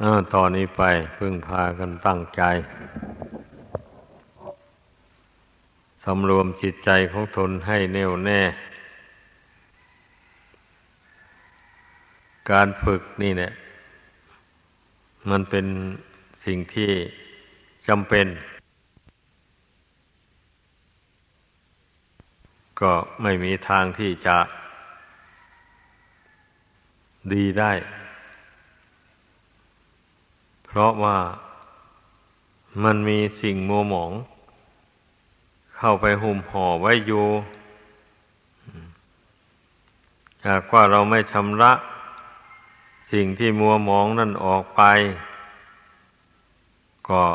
ตอนนี้ไปพึ่งพากันตั้งใจสำรวมจิตใจของตนให้แน่วแน่การฝึกนี่เนี่ยมันเป็นสิ่งที่จำเป็นก็ไม่มีทางที่จะดีได้เพราะว่ามันมีสิ่งมัวหมองเข้าไปหุ้มห่อไว้อยู่หากว่าเราไม่ชำระสิ่งที่มัวหมองนั่นออกไปก็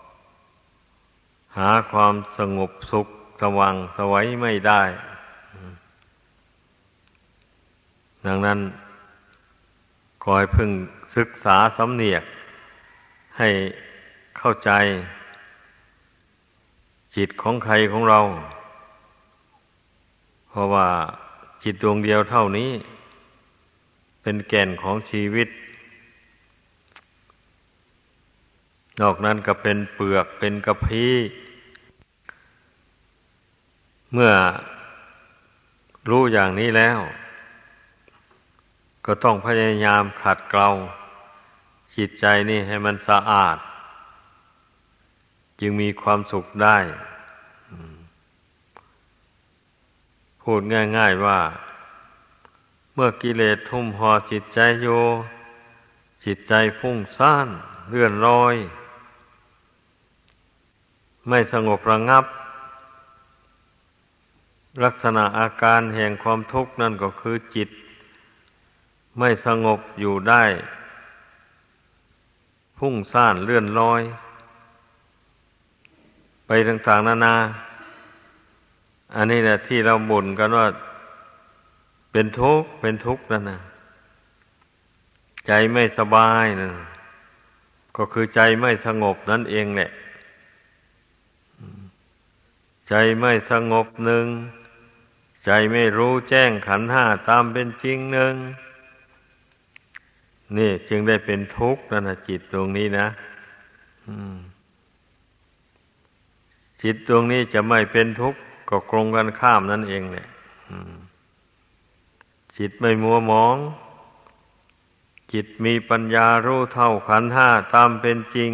หาความสงบสุขสว่างไสวไม่ได้ดังนั้นขอให้พึงศึกษาสำเนียกให้เข้าใจจิตของใครของเราเพราะว่าจิตดวงเดียวเท่านี้เป็นแก่นของชีวิตนอกนั้นก็เป็นเปลือกเป็นกระพี้เมื่อรู้อย่างนี้แล้วก็ต้องพยายามขัดเกลาจิตใจนี่ให้มันสะอาดจึงมีความสุขได้พูดง่ายๆว่าเมื่อกิเลสทุ่มห่อจิตใจอยู่จิตใจฟุ้งซ่านเลื่อนลอยไม่สงบระงับลักษณะอาการแห่งความทุกข์นั่นก็คือจิตไม่สงบอยู่ได้พุ่งซ่านเลื่อนลอยไปต่างๆนานาอันนี้แหละที่เราบ่นกันว่าเป็นทุกข์เป็นทุกข์นั่นนะใจไม่สบายนั่นก็คือใจไม่สงบนั่นเองแหละใจไม่สงบหนึ่งใจไม่รู้แจ้งขันธ์ห้าตามเป็นจริงหนึ่งนี่จึงได้เป็นทุกข์นั่นนะจิตดวงนี้นะจิตดวงนี้จะไม่เป็นทุกข์ก็ตรงกันข้ามนั่นเองเนี่ยจิตไม่มัวหมองจิตมีปัญญารู้เท่าขันธ์ห้าตามเป็นจริง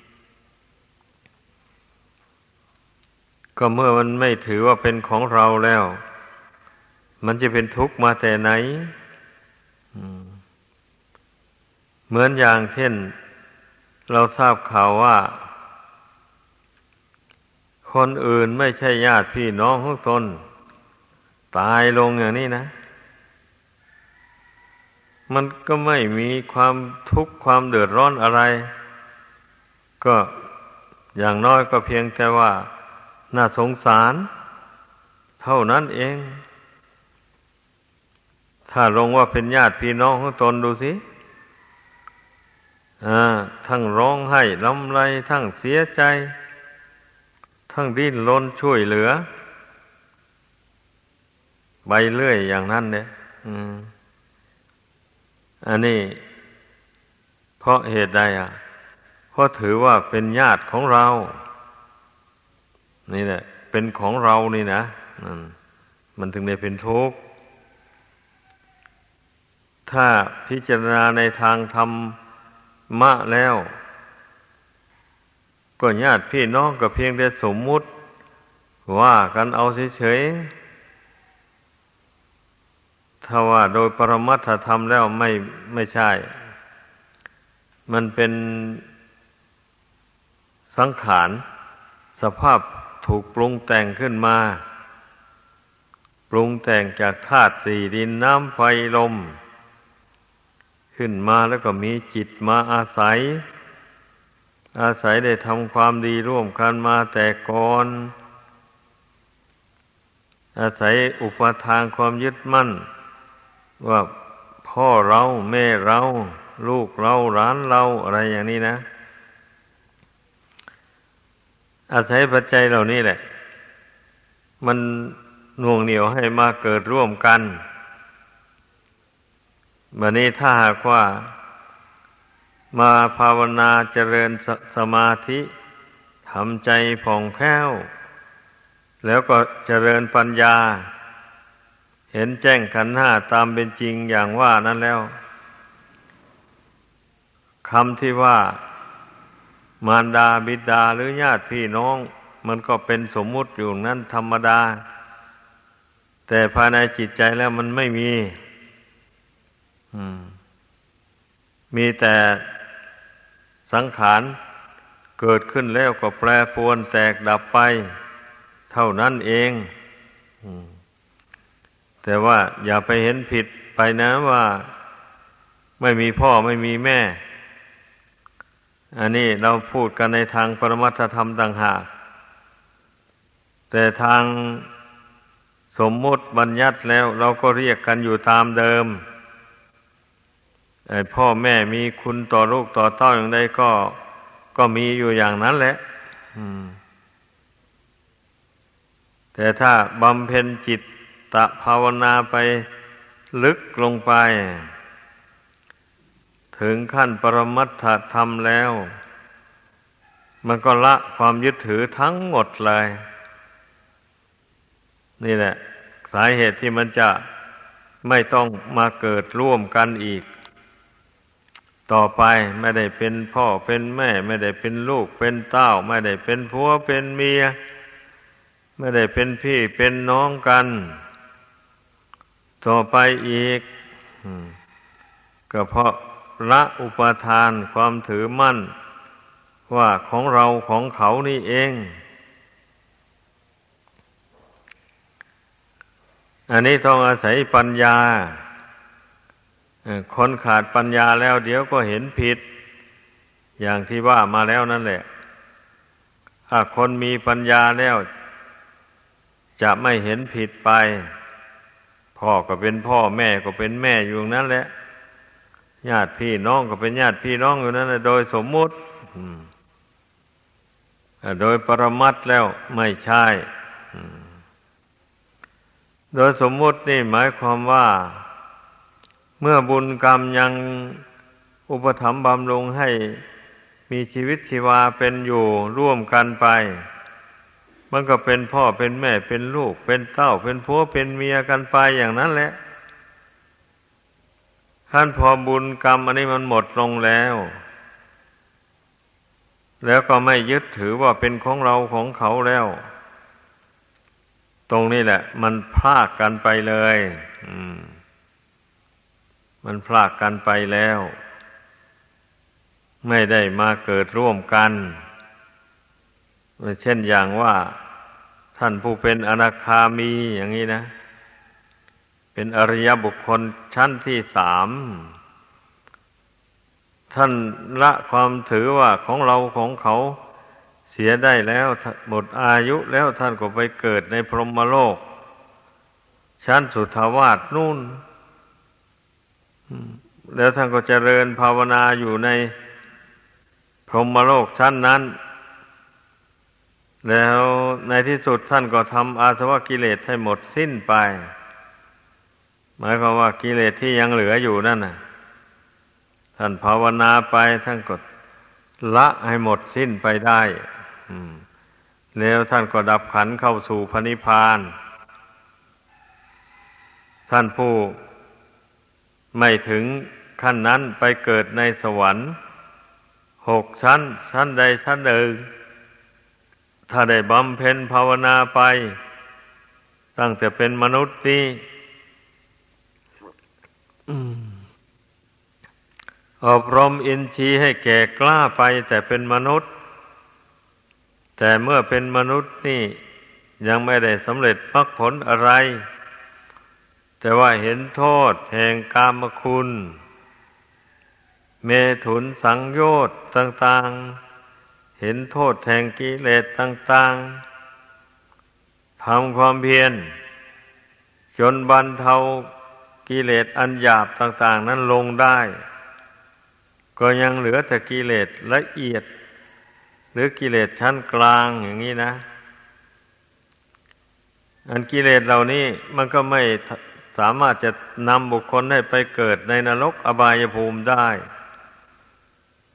ก็เมื่อมันไม่ถือว่าเป็นของเราแล้วมันจะเป็นทุกข์มาแต่ไหนเหมือนอย่างเช่นเราทราบข่าวว่าคนอื่นไม่ใช่ญาติพี่น้องของตนตายลงอย่างนี้นะมันก็ไม่มีความทุกข์ความเดือดร้อนอะไรก็อย่างน้อยก็เพียงแต่ว่าน่าสงสารเท่านั้นเองถ้าลงว่าเป็นญาติพี่น้องของตนดูสิทั้งร้องไห้รำไรทั้งเสียใจทั้งดิ้นรนช่วยเหลือไปเรื่อยอย่างนั้นเนี่ยอันนี้เพราะเหตุใดเพราะถือว่าเป็นญาติของเรานี่แหละเป็นของเรานี่นะมันถึงได้เป็นทุกข์ถ้าพิจารณาในทางธรรมะแล้วก็ญาติพี่น้องก็เพียงแต่สมมุติว่ากันเอาเฉยๆถ้าว่าโดยปรมัตถธรรมแล้วไม่ใช่มันเป็นสังขารสภาพถูกปรุงแต่งขึ้นมาปรุงแต่งจากธาตุสี่ดินน้ำไฟลมขึ้นมาแล้วก็มีจิตมาอาศัยได้ทำความดีร่วมกันมาแต่ก่อนอาศัยอุปทานความยึดมั่นว่าพ่อเราแม่เราลูกเราหลานเราอะไรอย่างนี้นะอาศัยปัจจัยเหล่านี้แหละมันน่วงเหนี่ยวให้มาเกิดร่วมกันบัดนี้ถ้าหากว่ามาภาวนาเจริญสมาธิทำใจผ่องแผ้วแล้วก็เจริญปัญญาเห็นแจ้งขันธ์ห้าตามเป็นจริงอย่างว่านั้นแล้วคำที่ว่ามารดาบิดาหรือญาติพี่น้องมันก็เป็นสมมุติอยู่นั้นธรรมดาแต่ภายในจิตใจแล้วมันไม่มีมีแต่สังขารเกิดขึ้นแล้วก็แปรปรวนแตกดับไปเท่านั้นเองแต่ว่าอย่าไปเห็นผิดไปนะว่าไม่มีพ่อไม่มีแม่อันนี้เราพูดกันในทางปรมัตถธรรมต่างหากแต่ทางสมมุติบัญญัติแล้วเราก็เรียกกันอยู่ตามเดิมพ่อแม่มีคุณต่อลูกต่อเต้าอย่างใดก็มีอยู่อย่างนั้นแหละแต่ถ้าบำเพ็ญจิตตภาวนาไปลึกลงไปถึงขั้นปรมัตถธรรมแล้วมันก็ละความยึดถือทั้งหมดเลยนี่แหละสาเหตุที่มันจะไม่ต้องมาเกิดร่วมกันอีกต่อไปไม่ได้เป็นพ่อเป็นแม่ไม่ได้เป็นลูกเป็นเต้าไม่ได้เป็นผัวเป็นเมียไม่ได้เป็นพี่เป็นน้องกันต่อไปอีกก็เพราะละอุปทานความถือมั่นว่าของเราของเขานี่เองอันนี้ต้องอาศัยปัญญาคนขาดปัญญาแล้วเดี๋ยวก็เห็นผิดอย่างที่ว่ามาแล้วนั่นแหละถ้าคนมีปัญญาแล้วจะไม่เห็นผิดไปพ่อก็เป็นพ่อแม่ก็เป็นแม่อยู่นั่นแหละญาติพี่น้องก็เป็นญาติพี่น้องอยู่นั่นแหละโดยสมมุติโดยปรมัตถ์แล้วไม่ใช่โดยสมมุตินี่หมายความว่าเมื่อบุญกรรมยังอุปถัมภ์บำรุงให้มีชีวิตชีวาเป็นอยู่ร่วมกันไปมันก็เป็นพ่อเป็นแม่เป็นลูกเป็นเต้าเป็นผัวเป็นเมียกันไปอย่างนั้นแหละขั้นพอบุญกรรมอันนี้มันหมดลงแล้วก็ไม่ยึดถือว่าเป็นของเราของเขาแล้วตรงนี้แหละมันพรากกันไปเลยมันพรากกันไปแล้วไม่ได้มาเกิดร่วมกันเช่นอย่างว่าท่านผู้เป็นอนาคามีอย่างนี้นะเป็นอริยบุคคลชั้นที่3ท่านละความถือว่าของเราของเขาเสียได้แล้วหมดอายุแล้วท่านก็ไปเกิดในพรหมโลกชั้นสุทธาวาสนู่นแล้วท่านก็เจริญภาวนาอยู่ในพรหมโลกชั้นนั้นแล้วในที่สุดท่านก็ทำอาสวะกิเลสให้หมดสิ้นไปหมายความว่ากิเลสที่ยังเหลืออยู่นั่นน่ะท่านภาวนาไปท่านก็ละให้หมดสิ้นไปได้แล้วท่านก็ดับขันธ์เข้าสู่พระนิพพานท่านผู้ไม่ถึงขั้นนั้นไปเกิดในสวรรค์6 ชั้นใดชั้นหนึ่งถ้าได้บำเพ็ญภาวนาไปตั้งแต่เป็นมนุษย์นี่อบรมอินทรีย์ให้แก่กล้าไปแต่เป็นมนุษย์แต่เมื่อเป็นมนุษย์นี่ยังไม่ได้สำเร็จมรรคผลอะไรแต่ว่าเห็นโทษแห่งกามคุณเมถุนสังโยชน์ต่างๆเห็นโทษแห่งกิเลสต่างๆทำความเพียรจนบรรเทากิเลสอันหยาบต่างๆนั้นลงได้ก็ยังเหลือแต่กิเลสละเอียดหรือกิเลสชั้นกลางอย่างนี้นะอันกิเลสเหล่านี้มันก็ไม่สามารถจะนำบุคคลให้ไปเกิดในนรกอบายภูมิได้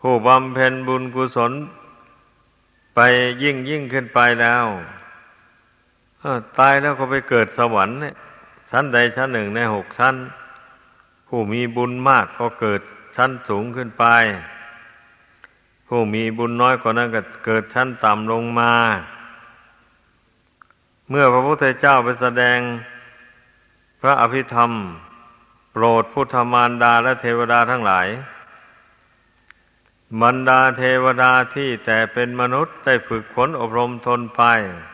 ผู้บำเพ็ญบุญกุศลไปยิ่งขึ้นไปแล้วตายแล้วก็ไปเกิดสวรรค์เนี่ยชั้นใดชั้นหนึ่งใน6 ชั้นผู้มีบุญมากก็เกิดชั้นสูงขึ้นไปผู้มีบุญน้อยกว่านั้นก็เกิดชั้นต่ำลงมาเมื่อพระพุทธเจ้าไปแสดงพระอภิธรรมโปรดพุทธมารดาและเทวดาทั้งหลายบรรดาเทวดาที่แต่เป็นมนุษย์ได้ฝึกฝนอบรมทนไป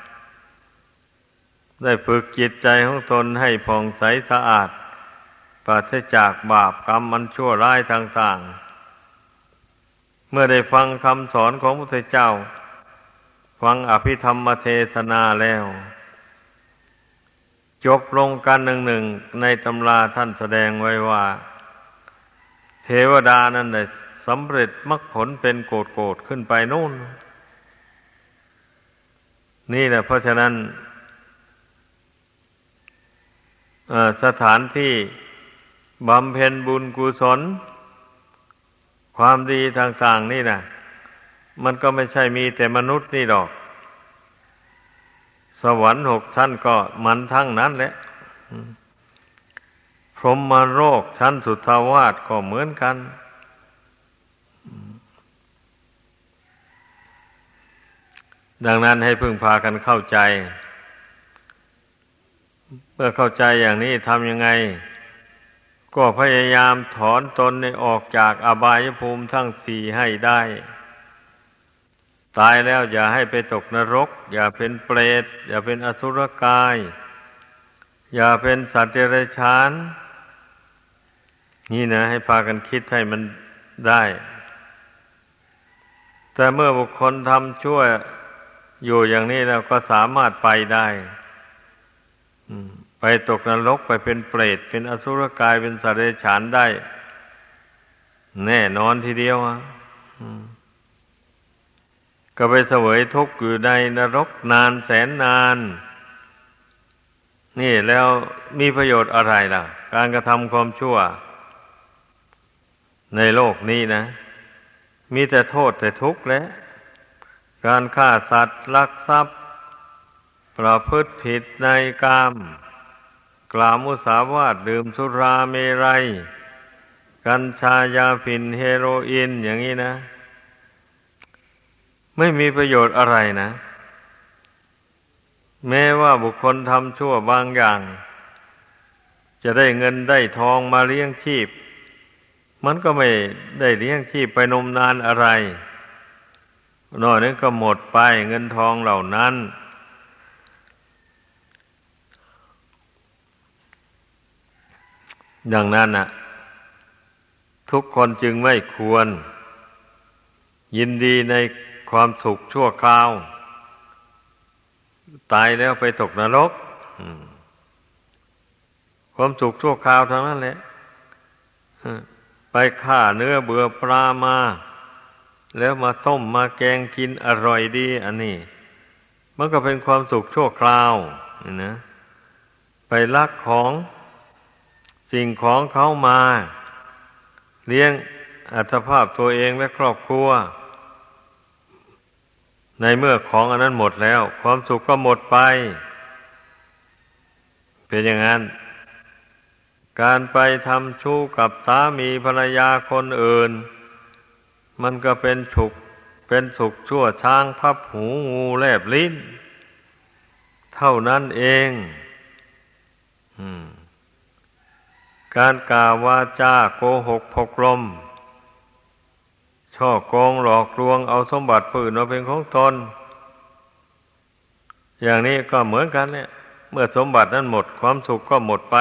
ได้ฝึกจิตใจของตนให้ผ่องใสสะอาดปราศจากบาปกรรมอันชั่วร้ายต่างๆเมื่อได้ฟังคำสอนของพระพุทธเจ้าฟังอภิธรรมเทศนาแล้วจบลงกันหนึ่งในตำราท่านแสดงไว้ว่าเทวดานั้นได้สำเร็จมรรคผลเป็นโกรธขึ้นไปนู่นนี่แหละเพราะฉะนั้นสถานที่บำเพ็ญบุญกุศลความดีต่างๆนี่นะมันก็ไม่ใช่มีแต่มนุษย์นี่ดอกสวรรค์6 ชั้นก็มันทั้งนั้นแหละพรหมโลกชั้นสุทธาวาสก็เหมือนกันดังนั้นให้พึงพากันเข้าใจเมื่อเข้าใจอย่างนี้ทำยังไงก็พยายามถอนตนออกจากอบายภูมิทั้ง4ให้ได้ตายแล้วอย่าให้ไปตกนรกอย่าเป็นเปรตอย่าเป็นอสุรกายอย่าเป็นสัตว์เดรัจฉานนี่นะให้พากันคิดให้มันได้แต่เมื่อบุคคลทำชั่วอยู่อย่างนี้แล้วก็สามารถไปได้ไปตกนรกไปเป็นเปรตเป็นอสุรกายเป็นสัตว์เดรัจฉานได้แน่นอนทีเดียวก็ไปเสวยทุกข์อยู่ในนรกนานแสนนานนี่แล้วมีประโยชน์อะไรล่ะการกระทำความชั่วในโลกนี้นะมีแต่โทษแต่ทุกข์แหละการฆ่าสัตว์ลักทรัพย์ประพฤติผิดในกามกล่าวมุสาวาทดื่มสุราเมรัยกัญชายาฝิ่นเฮโรอีนอย่างนี้นะไม่มีประโยชน์อะไรนะแม้ว่าบุคคลทำชั่วบางอย่างจะได้เงินได้ทองมาเลี้ยงชีพมันก็ไม่ได้เลี้ยงชีพไปนมนานอะไรนอกนั้นก็หมดไปเงินทองเหล่านั้นดังนั้นน่ะทุกคนจึงไม่ควรยินดีในความสุขชั่วคราวตายแล้วไปตกนรกความสุขชั่วคราวเท่านั้นแหละไปฆ่าเนื้อเบื่อปลามาแล้วมาต้มมาแกงกินอร่อยดีอันนี้มันก็เป็นความสุขชั่วคราวนะไปลักของสิ่งของเขามาเลี้ยงอัตภาพตัวเองและครอบครัวในเมื่อของอันนั้นหมดแล้วความสุขก็หมดไปเป็นอย่างนั้นการไปทำชู้กับสามีภรรยาคนอื่นมันก็เป็นสุขชั่วช้างพับหูงูแลบลิ้นเท่านั้นเองการกล่าววาจาโกหกพกลมช่อโกงหลอกลวงเอาสมบัติผู้อื่นมาเป็นของตนอย่างนี้ก็เหมือนกันเนี่ยเมื่อสมบัตินั้นหมดความสุขก็หมดไป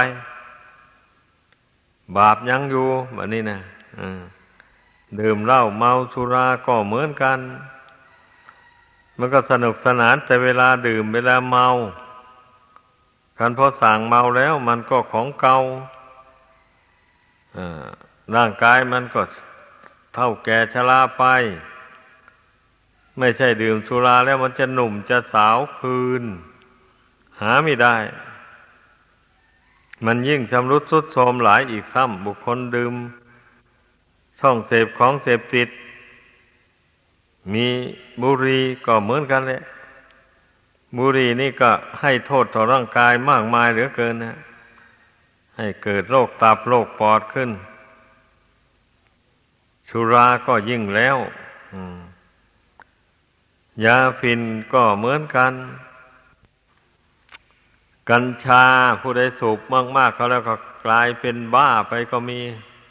บาปยังอยู่แบบนี้นะดื่มเหล้าเมาสุราก็เหมือนกันมันก็สนุกสนานแต่เวลาดื่มเวลาเมาการพอสั่งเมาแล้วมันก็ของเก่าร่างกายมันก็เฒ่าแก่ชราไปไม่ใช่ดื่มสุราแล้วมันจะหนุ่มจะสาวคืนหาไม่ได้มันยิ่งชำรุดทรุดโทรมหลายอีกซ้ำบุคคลดื่มท่องเสพของเสพติดมีบุหรี่ก็เหมือนกันแหละบุหรี่นี่ก็ให้โทษต่อร่างกายมากมายเหลือเกินนะให้เกิดโรคตับโรคปอดขึ้นสุราก็ยิ่งแล้วยาฝิ่นก็เหมือนกันกัญชาผู้ใดสูบมากๆเขาแล้วก็กลายเป็นบ้าไปก็มี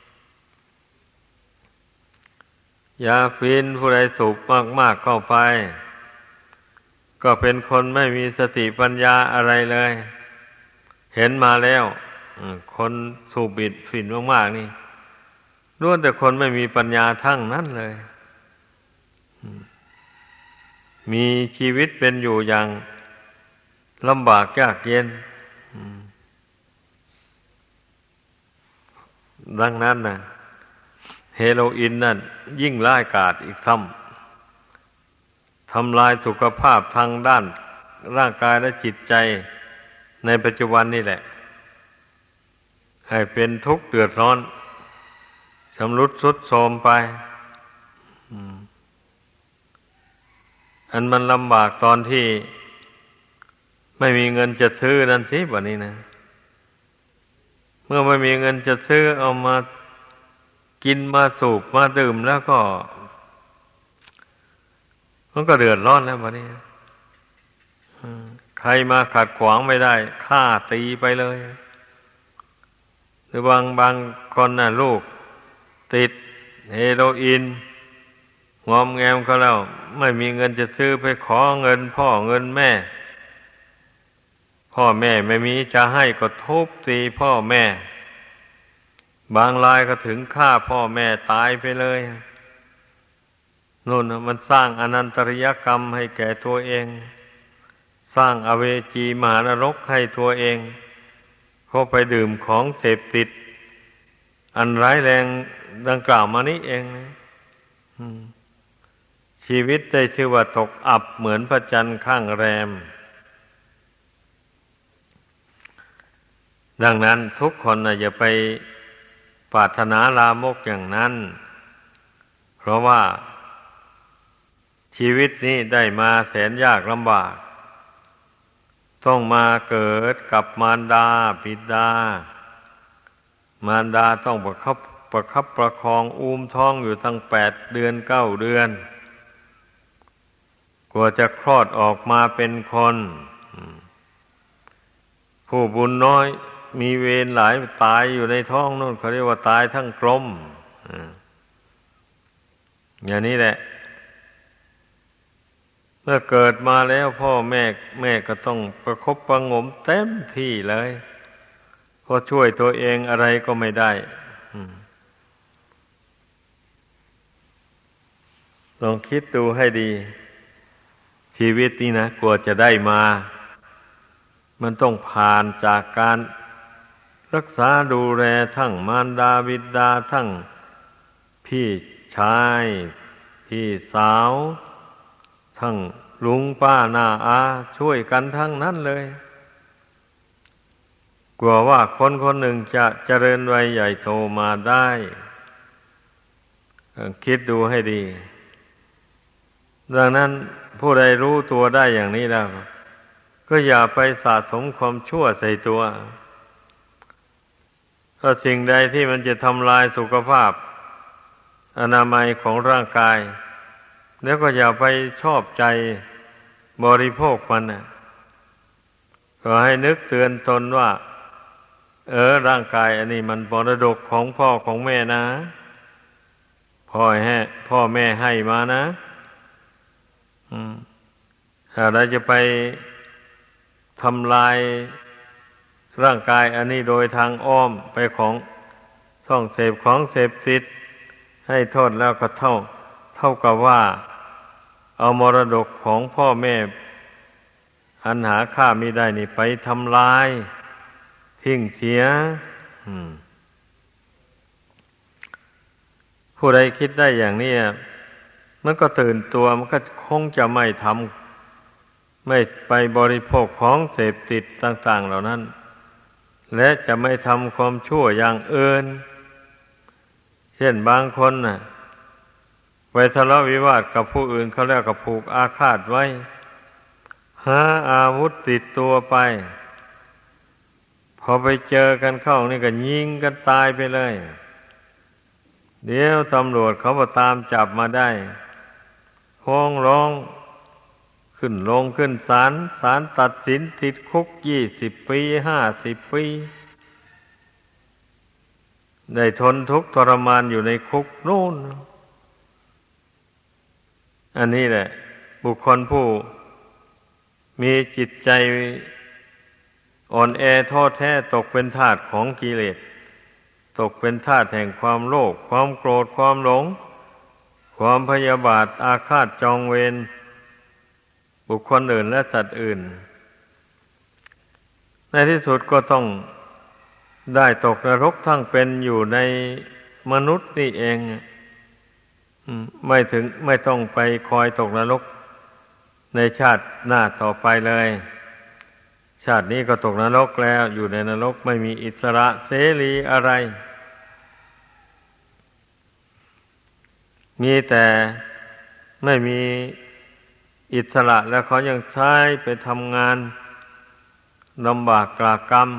ยาฝิ่นผู้ใดสูบมากๆเข้าไปก็เป็นคนไม่มีสติปัญญาอะไรเลยเห็นมาแล้วคนสูบฝิ่นมากๆนี่ล้วนแต่คนไม่มีปัญญาทั้งนั้นเลยมีชีวิตเป็นอยู่อย่างลำบากยากเย็นดังนั้นนะเฮโรอีนนั่นยิ่งร้ายกาจอีกซ้ำทำลายสุขภาพทางด้านร่างกายและจิตใจในปัจจุบันนี่แหละให้เป็นทุกข์เดือดร้อนชำรุดทรุดโทรมไปอันมันลำบากตอนที่ไม่มีเงินจะซื้อนั่นสิแบบนี้นะเมื่อไม่มีเงินจะซื้อเอามากินมาสูบมาดื่มแล้วก็มันก็เดือดร้อนแล้วแบบนี้ใครมาขัดขวางไม่ได้ฆ่าตีไปเลยหรือบางคนน่ะลูกติดเฮโรอีนงอมแงมเขาแล้วไม่มีเงินจะซื้อไปขอเงินพ่อเงินแม่พ่อแม่ไม่มีจะให้ก็ทุบตีพ่อแม่บางรายก็ถึงฆ่าพ่อแม่ตายไปเลยนู่นมันสร้างอนันตริยกรรมให้แก่ตัวเองสร้างอเวจีมหานรกให้ตัวเองเข้าไปดื่มของเสพติดอันร้ายแรงดังกล่าวมานี้เองชีวิตได้ชื่อว่าตกอับเหมือนพระจันทร์ข้างแรมดังนั้นทุกคนอย่าไปปรารถนาลามกอย่างนั้นเพราะว่าชีวิตนี้ได้มาแสนยากลำบากต้องมาเกิดกับมารดาบิดามารดาต้องประคับประคองอุ้มท้องอยู่ตั้ง8 เดือน9 เดือนกว่าจะคลอดออกมาเป็นคนผู้บุญน้อยมีเวรหลายตายอยู่ในท้องนู่นเขาเรียกว่าตายทั้งกลมอย่างนี้แหละเมื่อเกิดมาแล้วพ่อแม่ก็ต้องประคบประหงมเต็มที่เลยเพราะช่วยตัวเองอะไรก็ไม่ได้ลองคิดดูให้ดีชีวิตนี้นะกว่าจะได้มามันต้องผ่านจากการรักษาดูแลทั้งมารดาบิดาทั้งพี่ชายพี่สาวทั้งลุงป้าน้าอาช่วยกันทั้งนั้นเลยกลัวว่าคนคนหนึ่งจะเจริญวัยใหญ่โตมาได้คิดดูให้ดีดังนั้นผู้ใดรู้ตัวได้อย่างนี้แล้วก็อย่าไปสะสมความชั่วใส่ตัวถ้าสิ่งใดที่มันจะทำลายสุขภาพอนามัยของร่างกายแล้วก็อย่าไปชอบใจบริโภคมันนะก็ให้นึกเตือนตนว่าร่างกายอันนี้มันมรดกของพ่อของแม่นะพ่อแม่ให้มานะถ้าเราจะไปทำลายร่างกายอันนี้โดยทางอ้อมไปของท่องเสพของเสพติดให้โทษแล้วก็เท่ากับว่าเอามรดกของพ่อแม่อันหาค่ามิได้นี่ไปทำลายทิ้งเสียผู้ใดคิดได้อย่างนี้มันก็ตื่นตัวมันก็คงจะไม่ไปบริโภคของเสพติดต่างๆเหล่านั้นและจะไม่ทำความชั่วอย่างอื่นเช่นบางคนน่ะไปทะเลาะวิวาทกับผู้อื่นเขาเรียกกับผูกอาฆาตไว้หาอาวุธติดตัวไปพอไปเจอกันเข้านี่ก็ยิงกันตายไปเลยเดี๋ยวตำรวจเขาก็ตามจับมาได้ฟ้องร้องขึ้นลงขึ้นศาลศาลตัดสินติดคุก20 ปี50 ปีได้ทนทุกข์ทรมานอยู่ในคุกนู่นอันนี้แหละบุคคลผู้มีจิตใจอ่อนแอท้อแท้ตกเป็นทาสของกิเลสตกเป็นทาสแห่งความโลภความโกรธความหลงความพยาบาทอาฆาตจองเวรบุคคลอื่นและสัตว์อื่นในที่สุดก็ต้องได้ตกนรกทั้งเป็นอยู่ในมนุษย์นี่เองไม่ต้องไปคอยตกนรกในชาติหน้าต่อไปเลยชาตินี้ก็ตกนรกแล้วอยู่ในนรกไม่มีอิสระเสรีอะไรมีแต่ไม่มีอิสระแล้วเขายังใช้ไปทำงานลำบากกลากกรรม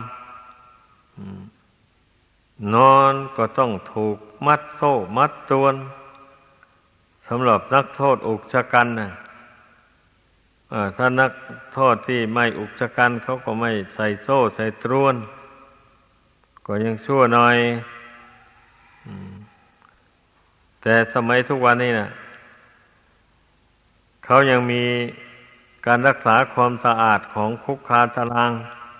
นอนก็ต้องถูกมัดโซ่มัดตวนสำหรับนักโทษอุกชะกันนะถ้านักโทษที่ไม่อุกชะกันเขาก็ไม่ใส่โซ่ใส่ตรวนก็ยังชั่วหน่อยแต่สมัยทุกวันนี้นะเขายังมีการรักษาความสะอาดของคุกคาตาราง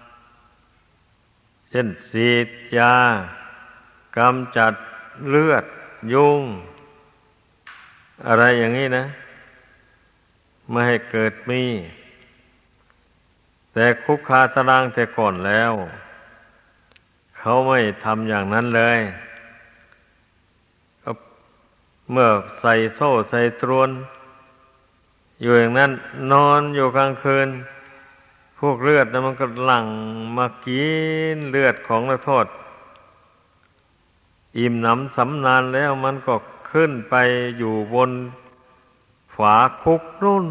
เช่นฉีดยากำจัดเลือดยุงอะไรอย่างนี้นะไม่ให้เกิดมีแต่คุกคาตารางแต่ก่อนแล้วเขาไม่ทำอย่างนั้นเลยเมื่อใส่โซ่ใส่ตรวนอยู่อย่างนั้นนอนอยู่กลางคืนพวกเลือดนั้นมันก็หลั่งมากินเลือดของนักโทษอิ่มหนำสำราญแล้วมันก็ขึ้นไปอยู่บนฝาคุกนู่น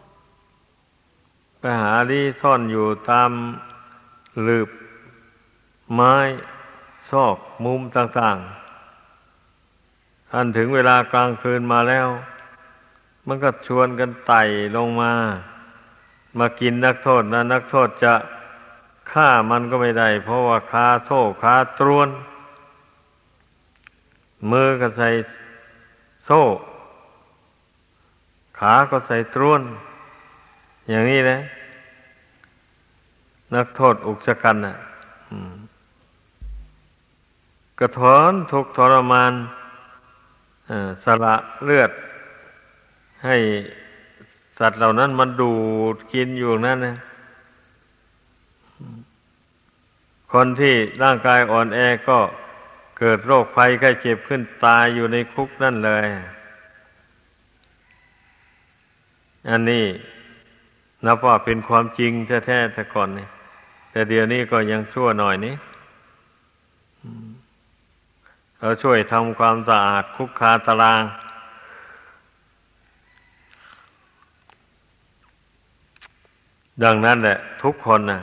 ไปหาที่ซ่อนอยู่ตามหลืบไม้ซอกมุมต่างๆอันถึงเวลากลางคืนมาแล้วมันก็ชวนกันไต่ลงมากินนักโทษนะนักโทษจะฆ่ามันก็ไม่ได้เพราะว่าคาโซ่คาตรวนมือก็ใส่โซ่ขาก็ใส่ตรวนอย่างนี้นะนักโทษอุกชะกันน่ะกระทนทุกข์ทรมานสละเลือดให้สัตว์เหล่านั้นมันดูดกินอยู่นั่นนะคนที่ร่างกายอ่อนแอก็เกิดโรคภัยไข้เจ็บขึ้นตายอยู่ในคุกนั่นเลยอันนี้นับว่าเป็นความจริงแท้ๆแต่ก่อนนี่แต่เดี๋ยวนี้ก็ยังชั่วหน่อยนี้เราช่วยทำความสะอาดคุกคาตารางดังนั้นแหละทุกคนนะ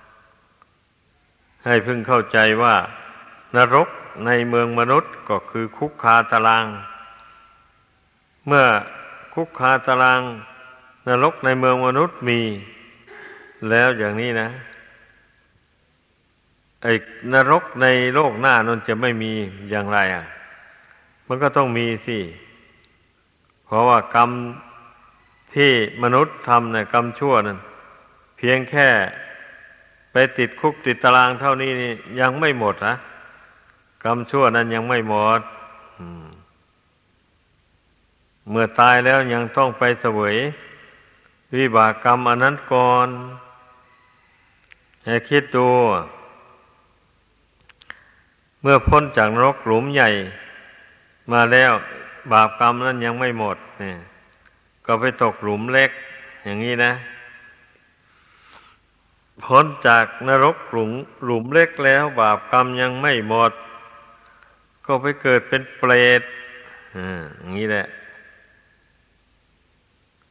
ให้พึงเข้าใจว่านรกในเมืองมนุษย์ก็คือคุกคาตารางเมื่อคุกคาตารางนรกในเมืองมนุษย์มีแล้วอย่างนี้นะไอ้นรกในโลกหน้านั้นจะไม่มีอย่างไรมันก็ต้องมีสิเพราะว่ากรรมที่มนุษย์ทำเนี่ยกรรมชั่วนั่นเพียงแค่ไปติดคุกติดตารางเท่านี้นี่ยังไม่หมดนะกรรมชั่วนั้นยังไม่หมดเมื่อตายแล้วยังต้องไปเสวยวิบากกรรมอันนั้นก่อนให้คิดดูเมื่อพ้นจากนรกหลุมใหญ่มาแล้วบาปกรรมนั้นยังไม่หมดเนี่ยก็ไปตกหลุมเล็กอย่างนี้นะพ้นจากนรกหลุมเล็กแล้วบาปกรรมยังไม่หมดก็ไปเกิดเป็นเปรตอย่างนี้แหละ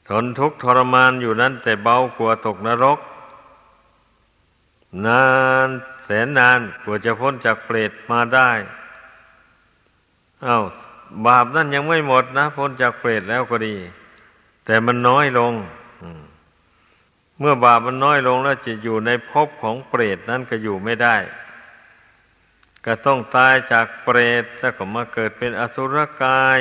ทนทุกข์ทรมานอยู่นั้นแต่เบากว่าตกนรกนานแสนนานกว่าจะพ้นจากเปรตมาได้บาปนั่นยังไม่หมดนะพ้นจากเปรตแล้วก็ดีแต่มันน้อยลงเมื่อบาปมันน้อยลงแล้วจะอยู่ในภพของเปรตนั้นก็อยู่ไม่ได้ก็ต้องตายจากเปรตแล้วก็มาเกิดเป็นอสุรกาย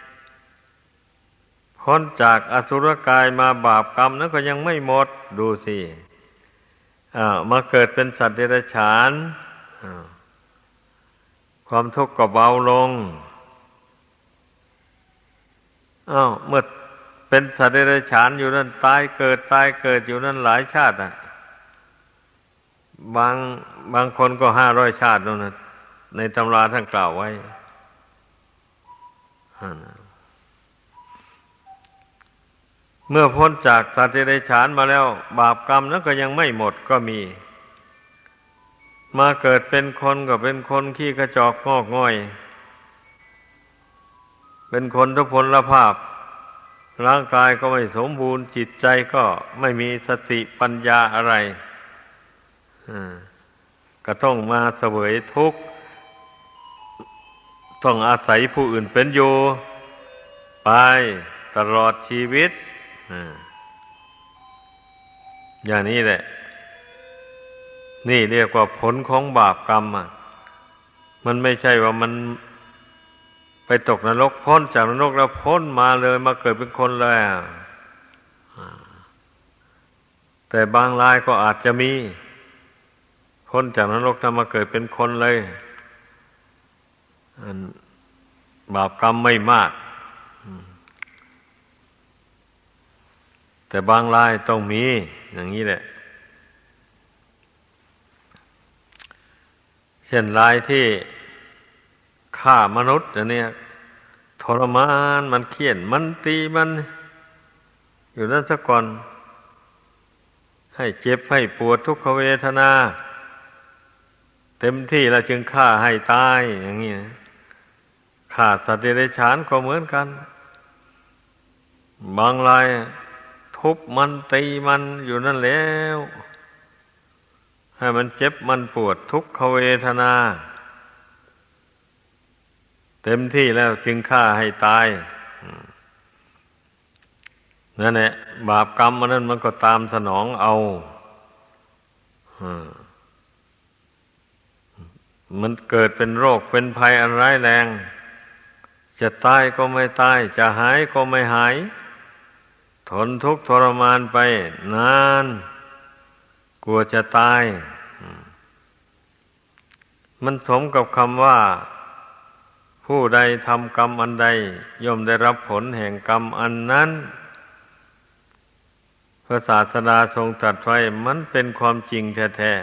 พ้นจากอสุรกายมาบาปกรรมนั้นก็ยังไม่หมดดูสิมาเกิดเป็นสัตว์เดรัจฉานความทุกข์ก็เบาลงเมื่อเป็นสัตว์เดรัจฉานอยู่นั่นตายเกิดอยู่นั่นหลายชาติบางคนก็500 ชาตินั่นนะในตำราท่านกล่าวไว้เมื่อพ้นจากสัตว์เดรัจฉานมาแล้วบาปกรรมนั้นก็ยังไม่หมดก็มีมาเกิดเป็นคนก็เป็นคนขี้กระจอกงอกง่อยเป็นคนทุพพลภาพร่างกายก็ไม่สมบูรณ์จิตใจก็ไม่มีสติปัญญาอะไรก็ต้องมาเสวยทุกข์ต้องอาศัยผู้อื่นเป็นอยู่ไปตลอดชีวิตอย่างนี้แหละนี่เรียกว่าผลของบาปกรรมมันไม่ใช่ว่ามันไปตกนรกพ้นจากนรกแล้วพ้นมาเลยมาเกิดเป็นคนเลยแต่บางรายก็อาจจะมีพ้นจากนรกแล้วมาเกิดเป็นคนเลยบาปกรรมไม่มากแต่บางรายต้องมีอย่างนี้แหละเช่นรายที่ฆ่ามนุษย์เนี่ยทรมานมันเฆียนมันตีมันอยู่นั่นซะก่อนให้เจ็บให้ปวดทุกขเวทนาเต็มที่แล้วจึงฆ่าให้ตายอย่างนี้นะฆ่าสัตว์เดรัจฉานก็เหมือนกันบางรายทุบมันตีมันอยู่นั่นแล้วให้มันเจ็บมันปวดทุกขเวทนาเต็มที่แล้วจึงฆ่าให้ตายนั่นแหละบาปกรรมมันนั้นมันก็ตามสนองเอามันเกิดเป็นโรคเป็นภัยอันร้ายแรงจะตายก็ไม่ตายจะหายก็ไม่หายทนทุกข์ทรมานไปนานกลัวจะตายมันสมกับคำว่าผู้ใดทำกรรมอันใดย่อมได้รับผลแห่งกรรมอันนั้นพระศาสดาทรงตรัสไว้มันเป็นความจริงแท้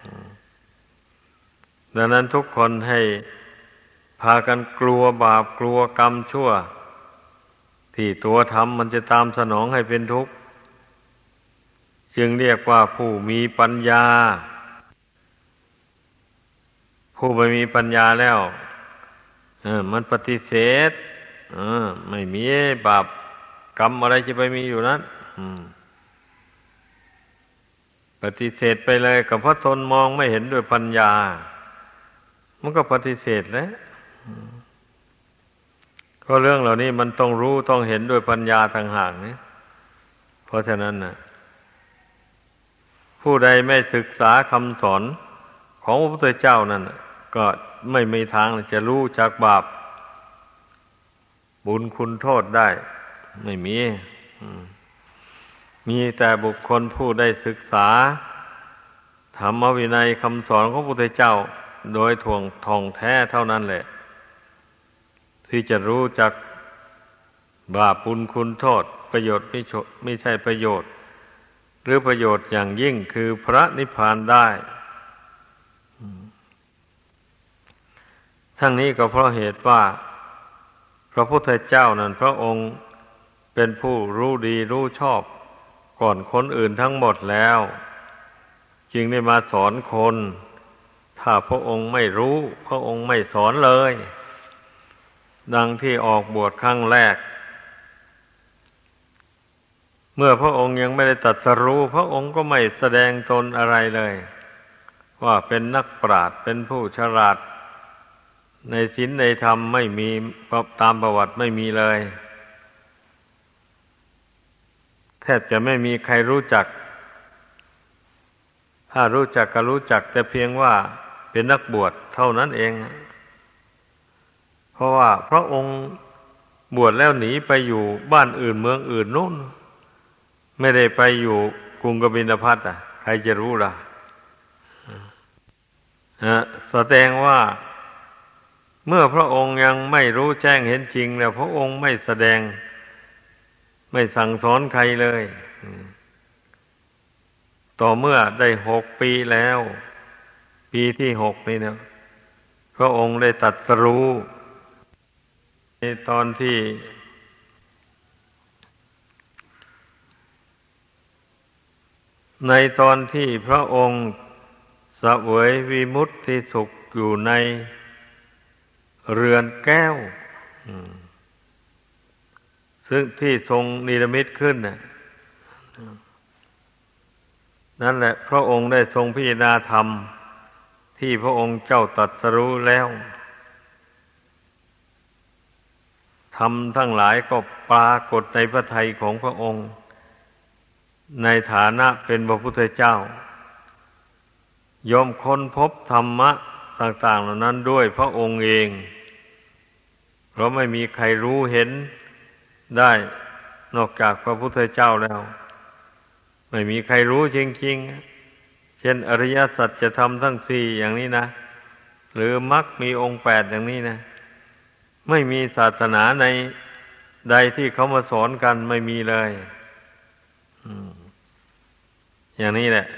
ๆดังนั้นทุกคนให้พากันกลัวบาปกลัวกรรมชั่วที่ตัวทำมันจะตามสนองให้เป็นทุกข์จึงเรียกว่าผู้มีปัญญาผู้ไม่มีปัญญาแล้วมันปฏิเสธไม่มีบาปกรรมอะไรจะไปมีอยู่นั้นปฏิเสธไปเลยก็เพราะตนมองไม่เห็นด้วยปัญญามันก็ปฏิเสธแล้วก็เรื่องเหล่านี้มันต้องรู้ต้องเห็นด้วยปัญญาต่างหากนี่เพราะฉะนั้นนะผู้ใดไม่ศึกษาคำสอนของพระพุทธเจ้านั่นก็ไม่มีทางจะรู้จักบาปบุญคุณโทษได้ไม่มีแต่บุคคลผู้ได้ศึกษาธรรมวินัยคำสอนของพระพุทธเจ้าโดยท่องแท้เท่านั้นแหละที่จะรู้จักบาปบุญคุณโทษประโยชน์ไม่ใช่ประโยชน์หรือประโยชน์อย่างยิ่งคือพระนิพพานได้ทั้งนี้ก็เพราะเหตุว่าพระพุทธเจ้านั้นพระองค์เป็นผู้รู้ดีรู้ชอบก่อนคนอื่นทั้งหมดแล้วจึงได้มาสอนคนถ้าพระองค์ไม่รู้พระองค์ไม่สอนเลยดังที่ออกบวชครั้งแรกเมื่อพระองค์ยังไม่ได้ตรัสรู้พระองค์ก็ไม่แสดงตนอะไรเลยว่าเป็นนักปราชญ์เป็นผู้ฉลาดในศีลในธรรมไม่มีตามประวัติไม่มีเลยแทบจะไม่มีใครรู้จักถ้ารู้จักก็รู้จักแต่เพียงว่าเป็นนักบวชเท่านั้นเองเพราะว่าพระองค์บวชแล้วหนีไปอยู่บ้านอื่นเมืองอื่นนู่นไม่ได้ไปอยู่กรุงกบิลพัสดุใครจะรู้ล่ะแสดงว่าเมื่อพระองค์ยังไม่รู้แจ้งเห็นจริงแล้วพระองค์ไม่แสดงไม่สั่งสอนใครเลยต่อเมื่อได้6 ปีแล้วปีที่6นี่นะพระองค์ได้ตรัสรู้ในตอนที่พระองค์เสวยวิมุตติสุขอยู่ในเรือนแก้วซึ่งที่ทรงนิรมิตขึ้นนั่นแหละพระองค์ได้ทรงพิจารณาธรรมที่พระองค์เจ้าตรัสรู้แล้วธรรมทั้งหลายก็ปรากฏในพระทัยของพระองค์ในฐานะเป็นพระพุทธเจ้ายอมค้นพบธรรมะต่างๆเหล่านั้นด้วยพระองค์เองเพราะไม่มีใครรู้เห็นได้นอกจากพระพุทธเจ้าแล้วไม่มีใครรู้จริงๆเช่นอริยสัจจะทำทั้ง4อย่างนี้นะหรือมรรคมีองค์8อย่างนี้นะไม่มีศาสนาในใดที่เขามาสอนกันไม่มีเลยอย่างนี้แหละ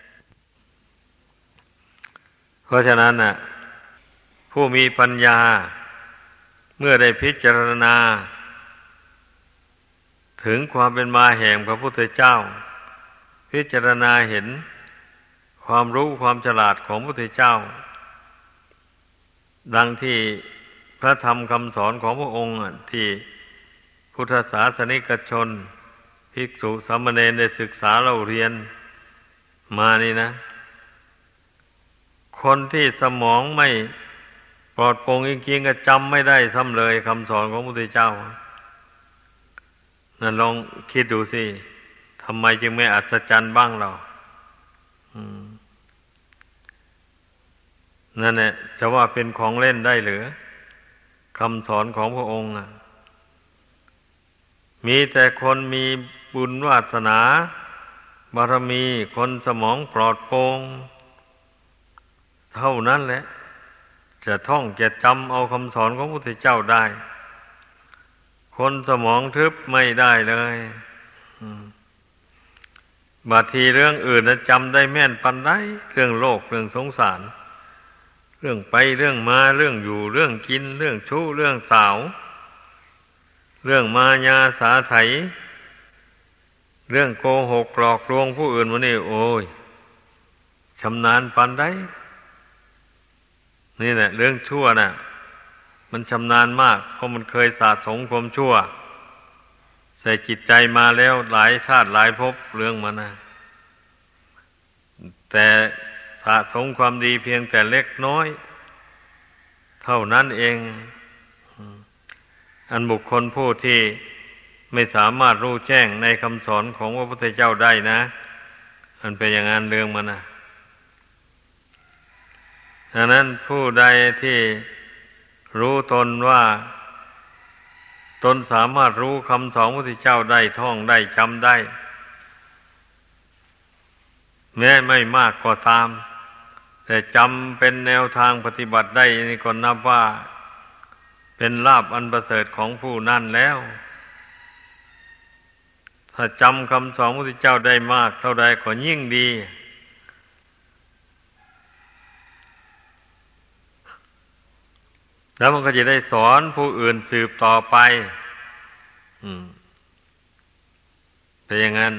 เพราะฉะนั้นน่ะผู้มีปัญญาเมื่อได้พิจารณาถึงความเป็นมาแห่งพระพุทธเจ้าพิจารณาเห็นความรู้ความฉลาดของพระพุทธเจ้าดังที่พระธรรมคำสอนของพระองค์ที่พุทธศาสนิกชนภิกษุสามเณรได้ศึกษาเราเรียนมานี่นะคนที่สมองไม่ปลอดโปร่งจริงๆก็จำไม่ได้ซ้ำเลยคำสอนของพระพุทธเจ้านั่นลองคิดดูสิทำไมจึงไม่อัศจรรย์บ้างเรานั่นแหละจะว่าเป็นของเล่นได้หรือคำสอนของพระองค์มีแต่คนมีบุญวาสนาบารมีคนสมองปลอดโปร่งเท่านั้นแหละจะท่องจะจำเอาคำสอนของพระพุทธเจ้าได้คนสมองทึบไม่ได้เลยบางทีเรื่องอื่นนะจำได้แม่นปันได้เรื่องโลกเรื่องสงสารเรื่องไปเรื่องมาเรื่องอยู่เรื่องกินเรื่องชู้เรื่องสาวเรื่องมายาสาไถเรื่องโกหกหลอกลวงผู้อื่นวันนี้โอ้ยชำนาญปันได้นี่แหละเรื่องชั่วน่ะมันชำนาญมากเพราะมันเคยสะสมความชั่วใส่จิตใจมาแล้วหลายชาติหลายภพเรื่องมันนะแต่สะสมความดีเพียงแต่เล็กน้อยเท่านั้นเองอันบุคคลผู้ที่ไม่สามารถรู้แจ้งในคำสอนของพระพุทธเจ้าได้นะมันเป็นอย่างนั้นเรื่องมันนะดังนั้นผู้ใดที่รู้ตนว่าตนสามารถรู้คำสอนพระพุทธเจ้าได้ท่องได้จำได้แม้ไม่มากก็ตามแต่จำเป็นแนวทางปฏิบัติได้นี่ก็นับว่าเป็นลาภอันประเสริฐของผู้นั้นแล้วถ้าจำคำสอนพระพุทธเจ้าได้มากเท่าใดก็ยิ่งดีแล้วมันก็จะได้สอนผู้อื่นสืบต่อไปเป็นอย่างนั้น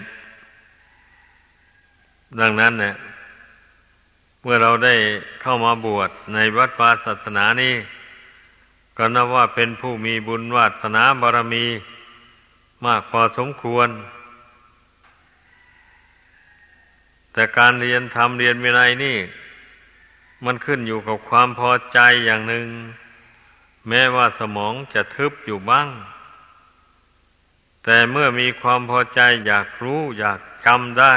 ดังนั้นเนี่ยเมื่อเราได้เข้ามาบวชในวัดวาศาสนานี้ก็นับว่าเป็นผู้มีบุญวาสนาบารมีมากพอสมควรแต่การเรียนธรรมเรียนวินัยนี่มันขึ้นอยู่กับความพอใจอย่างหนึ่งแม้ว่าสมองจะทึบอยู่บ้างแต่เมื่อมีความพอใจอยากรู้อยากจำได้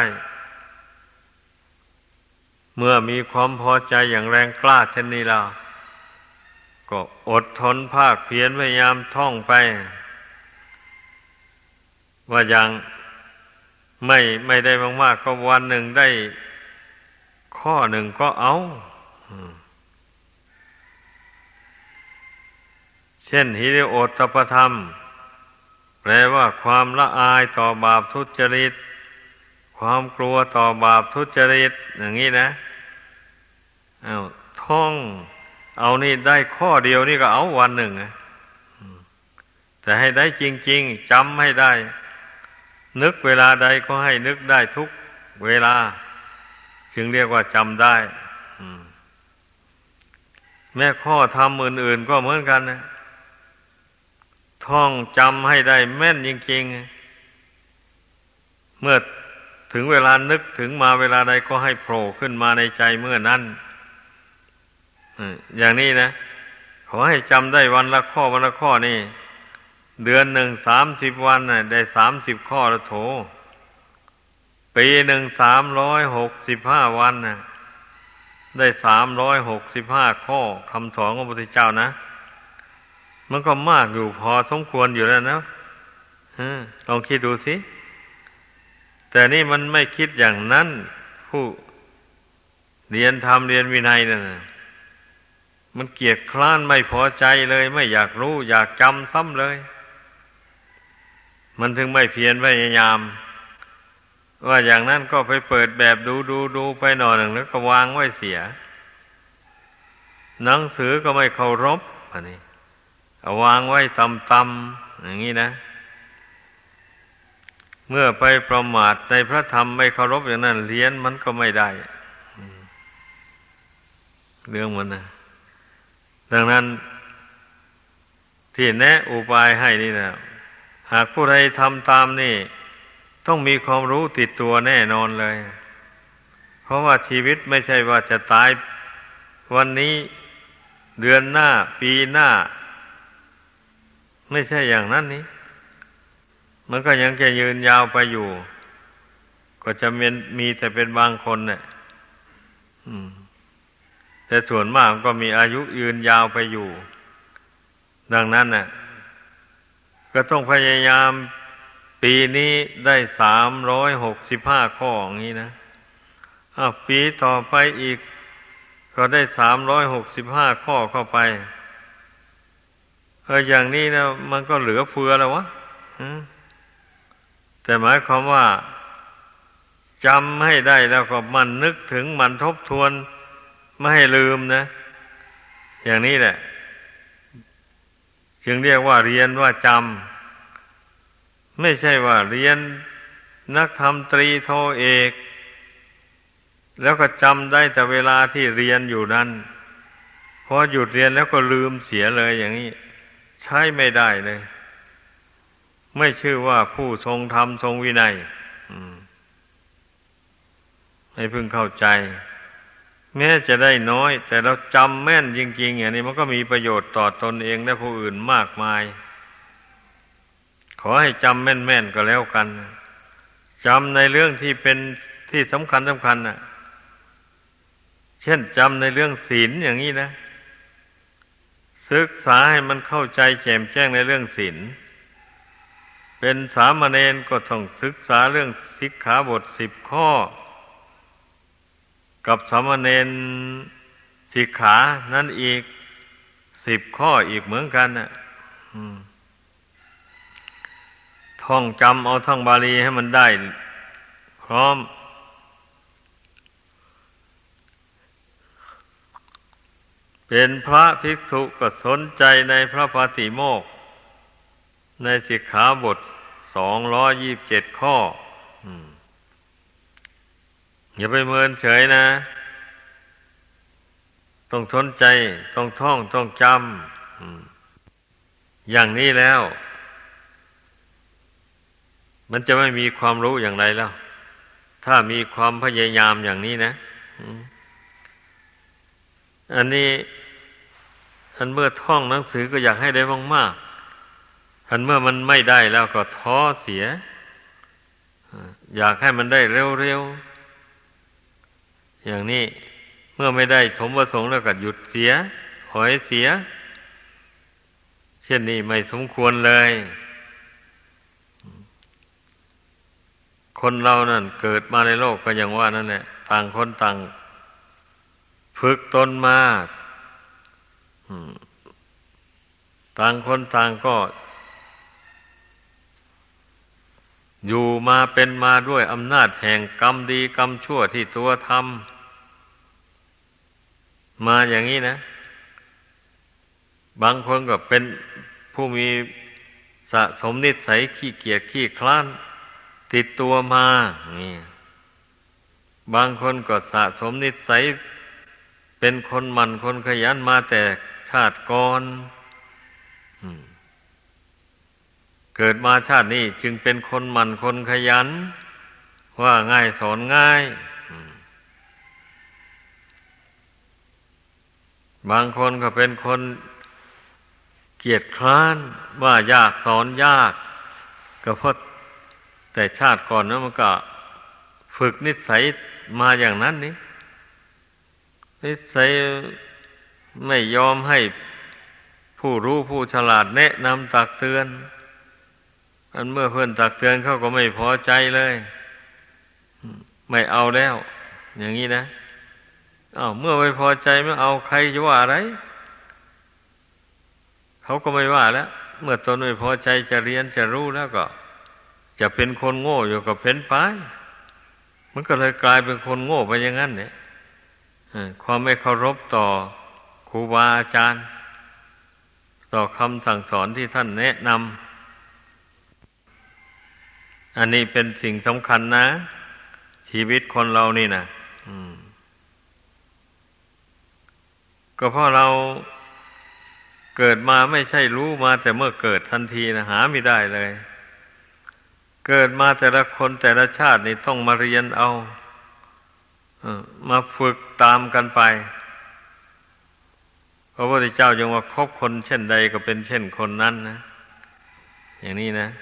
เมื่อมีความพอใจอย่างแรงกล้าเช่นนี้แล้วก็อดทนภาคเพียรพยายามท่องไปว่าอย่างไม่ได้มากๆก็วันหนึ่งได้ข้อหนึ่งก็เอาเช่นหิริโอตตัปปธรรมแปลว่าความละอายต่อบาปทุจริตความกลัวต่อบาปทุจริตอย่างนี้นะท่องเอานี่ได้ข้อเดียวนี่ก็เอาวันหนึ่งแต่ให้ได้จริงๆจำให้ได้นึกเวลาใดก็ให้นึกได้ทุกเวลาจึงเรียกว่าจำได้แม้ข้อธรรมอื่นๆก็เหมือนกันนะท่องจำให้ได้แม่นจริงๆเมื่อถึงเวลานึกถึงมาเวลาใดก็ให้โผล่ขึ้นมาในใจเมื่อนั้นอย่างนี้นะขอให้จำได้วันละข้อวันละข้อนี่เดือนหนึ่ง30 วันน่ะได้30 ข้อละโถปีหนึ่ง365 วันน่ะได้365 ข้อคำสอนของพระพุทธเจ้านะมันก็มากอยู่พอสมควรอยู่แล้วนะลองคิดดูสิแต่นี่มันไม่คิดอย่างนั้นผู้เรียนธรรมเรียนวินัยนั่นน่ะมันเกียจคร้านไม่พอใจเลยไม่อยากรู้อยากจำซ้ำเลยมันถึงไม่เพียรพยายามว่าอย่างนั้นก็ไปเปิดแบบดูไปหน่อยหนึ่งแล้วก็วางไว้เสียหนังสือก็ไม่เคารพอันนี้เอาวางไว้ต่ำๆอย่างนี้นะเมื่อไปประมาทในพระธรรมไม่เคารพอย่างนั้นเรียนมันก็ไม่ได้เรื่องมันนะดังนั้นที่แนะอุบายให้นี่นะหากผู้ใดทำตามนี่ต้องมีความรู้ติดตัวแน่นอนเลยเพราะว่าชีวิตไม่ใช่ว่าจะตายวันนี้เดือนหน้าปีหน้าไม่ใช่อย่างนั้นนี้มันก็ยังจะยืนยาวไปอยู่ก็จะมีแต่เป็นบางคนเนี่ยแต่ส่วนมากก็มีอายุยืนยาวไปอยู่ดังนั้นน่ะก็ต้องพยายามปีนี้ได้365 ข้ออย่างนี้นะปีต่อไปอีกก็ได้365 ข้อเข้าไปอย่างนี้นะมันก็เหลือเฟือแล้ววะแต่หมายความว่าจำให้ได้แล้วก็มันนึกถึงมันทบทวนไม่ให้ลืมนะอย่างนี้แหละจึงเรียกว่าเรียนว่าจำไม่ใช่ว่าเรียนนักธรรมตรีโทเอกแล้วก็จำได้แต่เวลาที่เรียนอยู่นั้นพอหยุดเรียนแล้วก็ลืมเสียเลยอย่างนี้ใช้ไม่ได้เลยไม่ชื่อว่าผู้ทรงธรรมทรงวินัยให้พึงเข้าใจแม้จะได้น้อยแต่เราจำแม่นจริงๆอย่างนี้มันก็มีประโยชน์ต่อตนเองและผู้อื่นมากมายขอให้จำแม่นๆก็แล้วกันจำในเรื่องที่เป็นที่สำคัญน่ะเช่นจำในเรื่องศีลอย่างนี้นะศึกษาให้มันเข้าใจแจ่มแจ้งในเรื่องศีลเป็นสามเณรก็ต้องศึกษาเรื่องสิกขาบท10 ข้อกับสามเณรสิกขานั่นอีก10 ข้ออีกเหมือนกันน่ะท่องจำเอาทั้งบาลีให้มันได้พร้อมเป็นพระภิกษุก็สนใจในพระปาติโมกข์ในสิกขาบท227 ข้ออย่าไปเมินเฉยนะต้องสนใจต้องท่องต้องจำอย่างนี้แล้วมันจะไม่มีความรู้อย่างไรแล้วถ้ามีความพยายามอย่างนี้นะอันนี้อันเมื่อท่องหนังสือก็อยากให้ได้มากๆอันเมื่อมันไม่ได้แล้วก็ท้อเสียอยากให้มันได้เร็วๆอย่างนี้เมื่อไม่ได้สมประสงค์แล้วก็หยุดเสียถอยเสียเช่นนี้ไม่สมควรเลยคนเรานั่นเกิดมาในโลกก็อย่างว่านั่นแหละต่างคนต่างฝึกตนมาต่างคนต่างก็อยู่มาเป็นมาด้วยอำนาจแห่งกรรมดีกรรมชั่วที่ตัวทำมาอย่างนี้นะบางคนก็เป็นผู้มีสะสมนิสัยขี้เกียจขี้คลร้านติดตัวมานี่บางคนก็สะสมนิสัยเป็นคนหมั่นคนขยันมาแต่ชาติก่อนเกิดมาชาตินี้จึงเป็นคนหมั่นคนขยันว่าง่ายสอนง่ายบางคนก็เป็นคนเกียจคร้านว่ายากสอนยากก็เพราะแต่ชาติก่อนนั้นมันก็ฝึกนิสัยมาอย่างนั้นนี่นิสัยไม่ยอมให้ผู้รู้ผู้ฉลาดแนะนำตักเตือนอันเมื่อเพื่อนตักเตือนเขาก็ไม่พอใจเลยไม่เอาแล้วอย่างนี้นะเมื่อไม่พอใจไม่เอาใครจะว่าอะไรเขาก็ไม่ว่าแล้วเมื่อตนไม่พอใจจะเรียนจะรู้แล้วก็จะเป็นคนโง่อยู่กับเพ้นไปมันก็เลยกลายเป็นคนโง่ไปอย่างนั้นเนี่ยความไม่เคารพต่อครูบาอาจารย์ต่อคำสั่งสอนที่ท่านแนะนำอันนี้เป็นสิ่งสำคัญนะชีวิตคนเรานี่นะก็เพราะเราเกิดมาไม่ใช่รู้มาแต่เมื่อเกิดทันทีนะหาไม่ได้เลยเกิดมาแต่ละคนแต่ละชาตินี่ต้องมาเรียนเอามาฝึกตามกันไปพระพุทธเจ้ายังว่าคบคนเช่นใดก็เป็นเช่นคนนั้นนะอย่างนี้นะ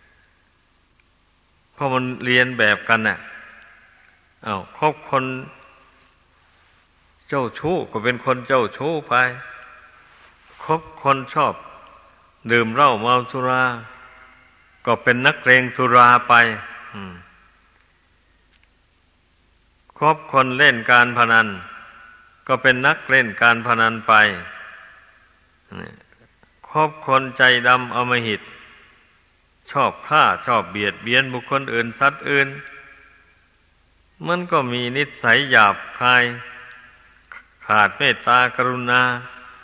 เพราะมันเรียนแบบกันน่ะคบคนเจ้าชู้ก็เป็นคนเจ้าชู้ไปคบคนชอบดื่มเหล้าเมาสุราก็เป็นนักเลงสุราไปคบคนเล่นการพนันก็เป็นนักเล่นการพนันไปคบคนใจดำอำมหิตชอบฆ่าชอบเบียดเบียนบุคคลอื่นสัตว์อื่นมันก็มีนิสัยหยาบคายขาดเมตตากรุณา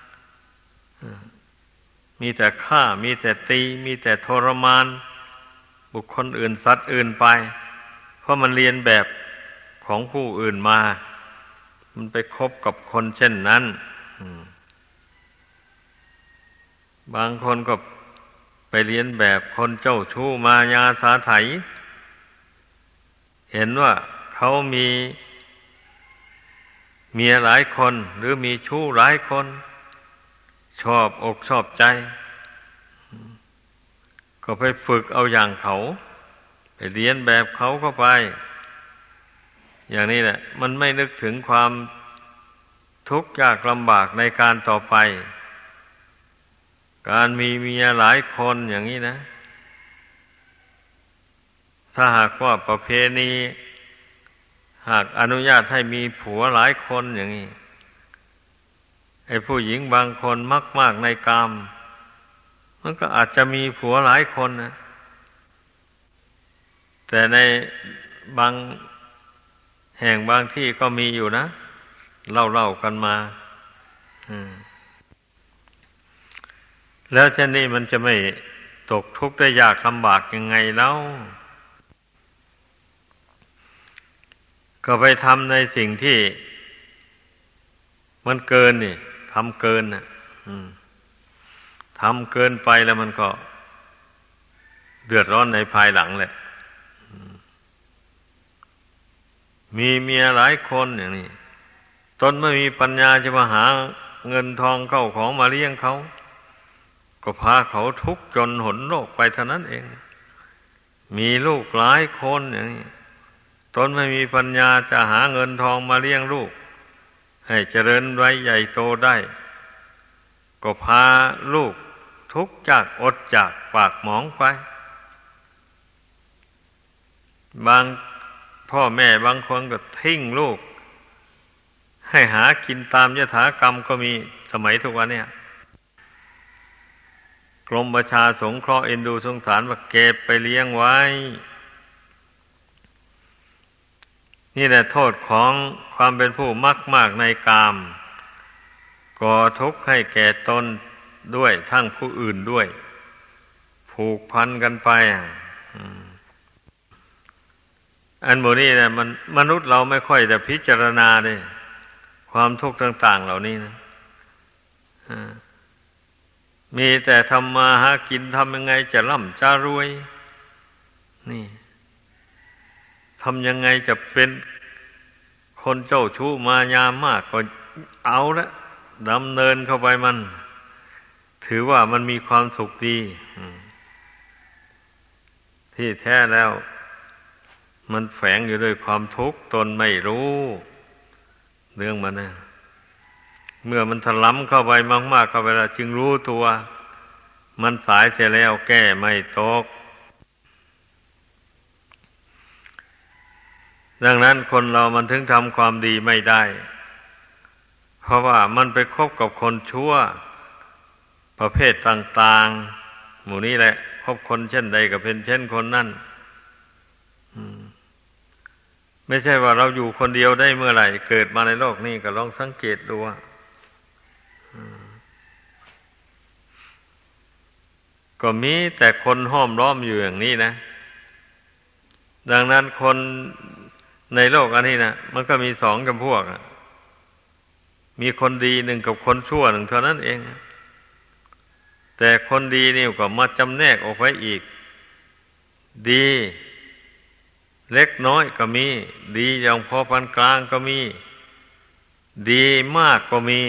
มีแต่ฆ่ามีแต่ตีมีแต่ทรมานบุคคลอื่นสัตว์อื่นไปเพราะมันเรียนแบบของผู้อื่นมามันไปคบกับคนเช่นนั้นบางคนก็ไปเรียนแบบคนเจ้าชู้มายาสาไถเห็นว่าเขามีเมียหลายคนหรือมีชู้หลายคนชอบอกชอบใจก็ไปฝึกเอาอย่างเขาไปเรียนแบบเขาเข้าไปอย่างนี้แหละมันไม่นึกถึงความทุกข์ยากลำบากในการต่อไปการมีเมียหลายคนอย่างนี้นะถ้าหากว่าประเพณีหากอนุญาตให้มีผัวหลายคนอย่างนี้ไอ้ผู้หญิงบางคนมากๆในกามมันก็อาจจะมีผัวหลายคนนะแต่ในบางแห่งบางที่ก็มีอยู่นะเล่ากันมาแล้วเช่นนี้มันจะไม่ตกทุกข์ได้ยากลำบากยังไงแล้วก็ไปทำในสิ่งที่มันเกินนี่ทำเกินนะทำเกินไปแล้วมันก็เดือดร้อนในภายหลังแหละมีเมียหลายคนอย่างนี้ตนไม่มีปัญญาจะมาหาเงินทองเข้าของมาเลี้ยงเขาก็พาเขาทุกข์จนหนโลกไปเท่านั้นเองมีลูกหลายคนอย่างนี้ตนไม่มีปัญญาจะหาเงินทองมาเลี้ยงลูกให้เจริญไว้ใหญ่โตได้ก็พาลูกทุกข์จากอดจากปากหมองไปบางพ่อแม่บางคนก็ทิ้งลูกให้หากินตามยถากรรมก็มีสมัยทุกวันเนี่ยกรมประชาสงเคราะห์เอ็นดูสงสารว่าเก็บไปเลี้ยงไว้นี่แหละโทษของความเป็นผู้มักมากในกามก่อทุกข์ให้แก่ตนด้วยทั้งผู้อื่นด้วยผูกพันกันไปอันโมนี้เนี่ยมันมนุษย์เราไม่ค่อยจะพิจารณาเลยความทุกข์ต่างๆเหล่านี้นะมีแต่ทำมาหากินทำยังไงจะร่ำจะรวยนี่ทำยังไงจะเป็นคนเจ้าชู้มายามากก็เอาละดำเนินเข้าไปมันถือว่ามันมีความสุขดีที่แท้แล้วมันแฝงอยู่ด้วยความทุกข์ตนไม่รู้เรื่องมันนะเมื่อมันถลำเข้าไปมากๆเข้าไปแล้วจึงรู้ตัวมันสายเสียแล้วแก้ไม่ตกดังนั้นคนเรามันถึงทำความดีไม่ได้เพราะว่ามันไปคบกับคนชั่วประเภทต่างๆหมู่นี้แหละคบคนเช่นใดก็เป็นเช่นคนนั้นไม่ใช่ว่าเราอยู่คนเดียวได้เมื่อไหร่เกิดมาในโลกนี้ก็ลองสังเกตดูว่าก็มีแต่คนห้อมล้อมอยู่อย่างนี้นะดังนั้นคนในโลกอันนี้นะมันก็มีสองจำพวกมีคนดีหนึ่งกับคนชั่วหนึ่งเท่านั้นเองแต่คนดีนี่ก็มาจำแนกออกไว้อีกดีเล็กน้อยก็มีดีอย่างพอปานกลางก็มีดีมากก็มี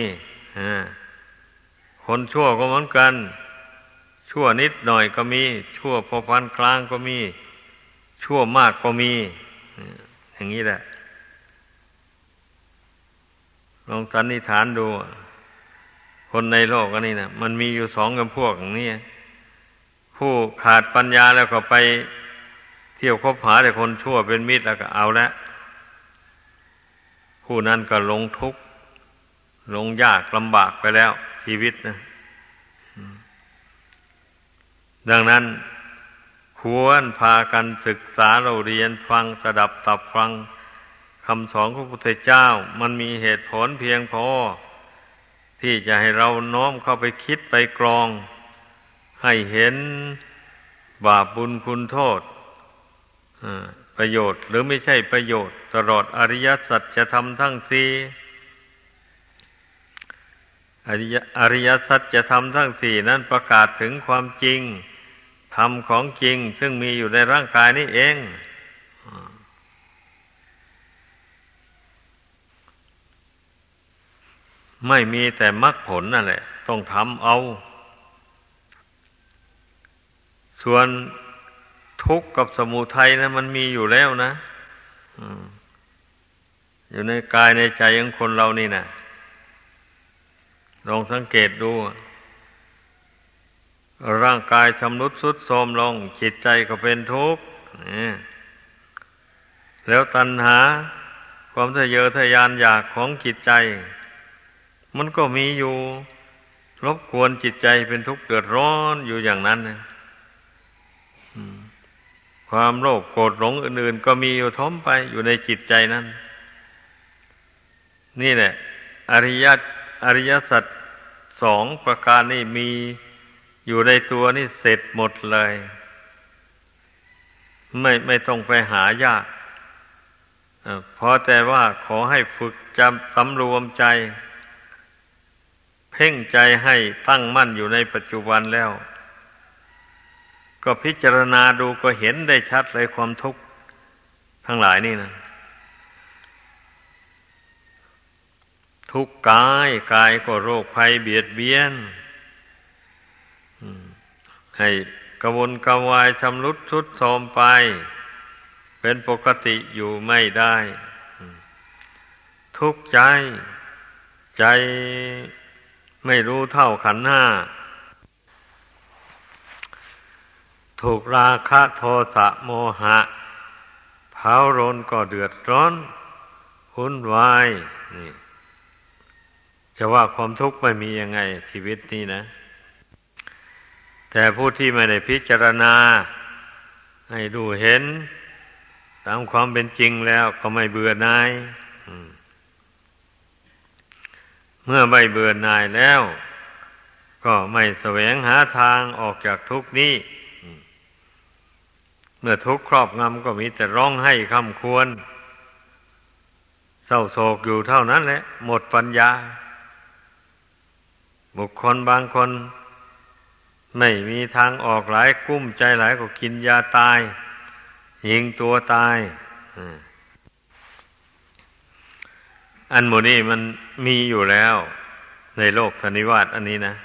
คนชั่วก็เหมือนกันชั่วนิดหน่อยก็มีชั่วพอปานกลางก็มีชั่วมากก็มีอย่างนี้แหละลองสันนิษฐานดูคนในโลกอันนี้นะมันมีอยู่สองจำพวกอย่างนี้ผู้ขาดปัญญาแล้วก็ไปเที่ยวคบหาแต่คนชั่วเป็นมิตรแล้วก็เอาละผู้นั้นก็ลงทุกข์ลงยากลำบากไปแล้วชีวิตนะดังนั้นควรพากันศึกษาเราเรียนฟังสดับตับฟังคำสอนของพระพุทธเจ้ามันมีเหตุผลเพียงพอที่จะให้เราน้อมเข้าไปคิดไปกรองให้เห็นบาปบุญคุณโทษประโยชน์หรือไม่ใช่ประโยชน์ตลอดอริยสัจธรรมทั้งสี่อริยสัจธรรมทั้งสี่นั้นประกาศถึงความจริงธรรมของจริงซึ่งมีอยู่ในร่างกายนี้เองไม่มีแต่มรรคผลนั่นแหละต้องทำเอาส่วนทุกข์กับสมุทัยนะมันมีอยู่แล้วนะอยู่ในกายในใจของคนเรานี่นะลองสังเกตดูร่างกายชำรุดทรุดโทรมลงจิตใจก็เป็นทุกข์แล้วตัณหาความทะเยอทะยานอยากของจิตใจมันก็มีอยู่รบกวนจิตใจเป็นทุกข์เดือดร้อนอยู่อย่างนั้นนะความโลภโกรธหลงอื่นๆก็มีอยู่ท้อมไปอยู่ในจิตใจนั้นนี่แหละอริยสัจสองประการนี่มีอยู่ในตัวนี่เสร็จหมดเลยไม่ต้องไปหายากเพราะแต่ว่าขอให้ฝึกจำสำรวมใจเพ่งใจให้ตั้งมั่นอยู่ในปัจจุบันแล้วก็พิจารณาดูก็เห็นได้ชัดเลยความทุกข์ทั้งหลายนี่นะทุกข์กายกายก็โรคภัยเบียดเบียนให้กระวนกระวายชำรุดทรุดโทรมไปเป็นปกติอยู่ไม่ได้ทุกข์ใจใจไม่รู้เท่าขันธ์ห้าถูกราคะโทสะโมหะเผารนก็เดือดร้อนวุ่นวายนี่จะว่าความทุกข์ไม่มียังไงชีวิตนี้นะแต่ผู้ที่ไม่ได้พิจารณาให้ดูเห็นตามความเป็นจริงแล้วก็ไม่เบื่อหน่ายเมื่อไม่เบื่อหน่ายแล้วก็ไม่แสวงหาทางออกจากทุกข์นี้เมื่อทุกข์ครอบงำก็มีแต่ร้องไห้คร่ำครวญเศร้าโศกอยู่เท่านั้นแหละหมดปัญญาบุคคลบางคนไม่มีทางออกหลายกุ้มใจหลายก็กินยาตายยิงตัวตายอันหมดนี้มันมีอยู่แล้วในโลกสันนิวาตอันนี้นะ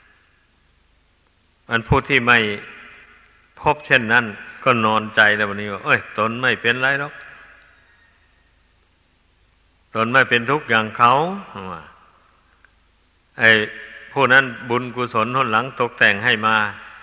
อันผู้ที่ไม่พบเช่นนั้นก็นอนใจแล้ววันนี้ว่าเอ้ยตนไม่เป็นไรหรอกตนไม่เป็นทุกข์อย่างเขาไอ้ผู้นั้นบุญกุศลหนหลังตกแต่งให้มา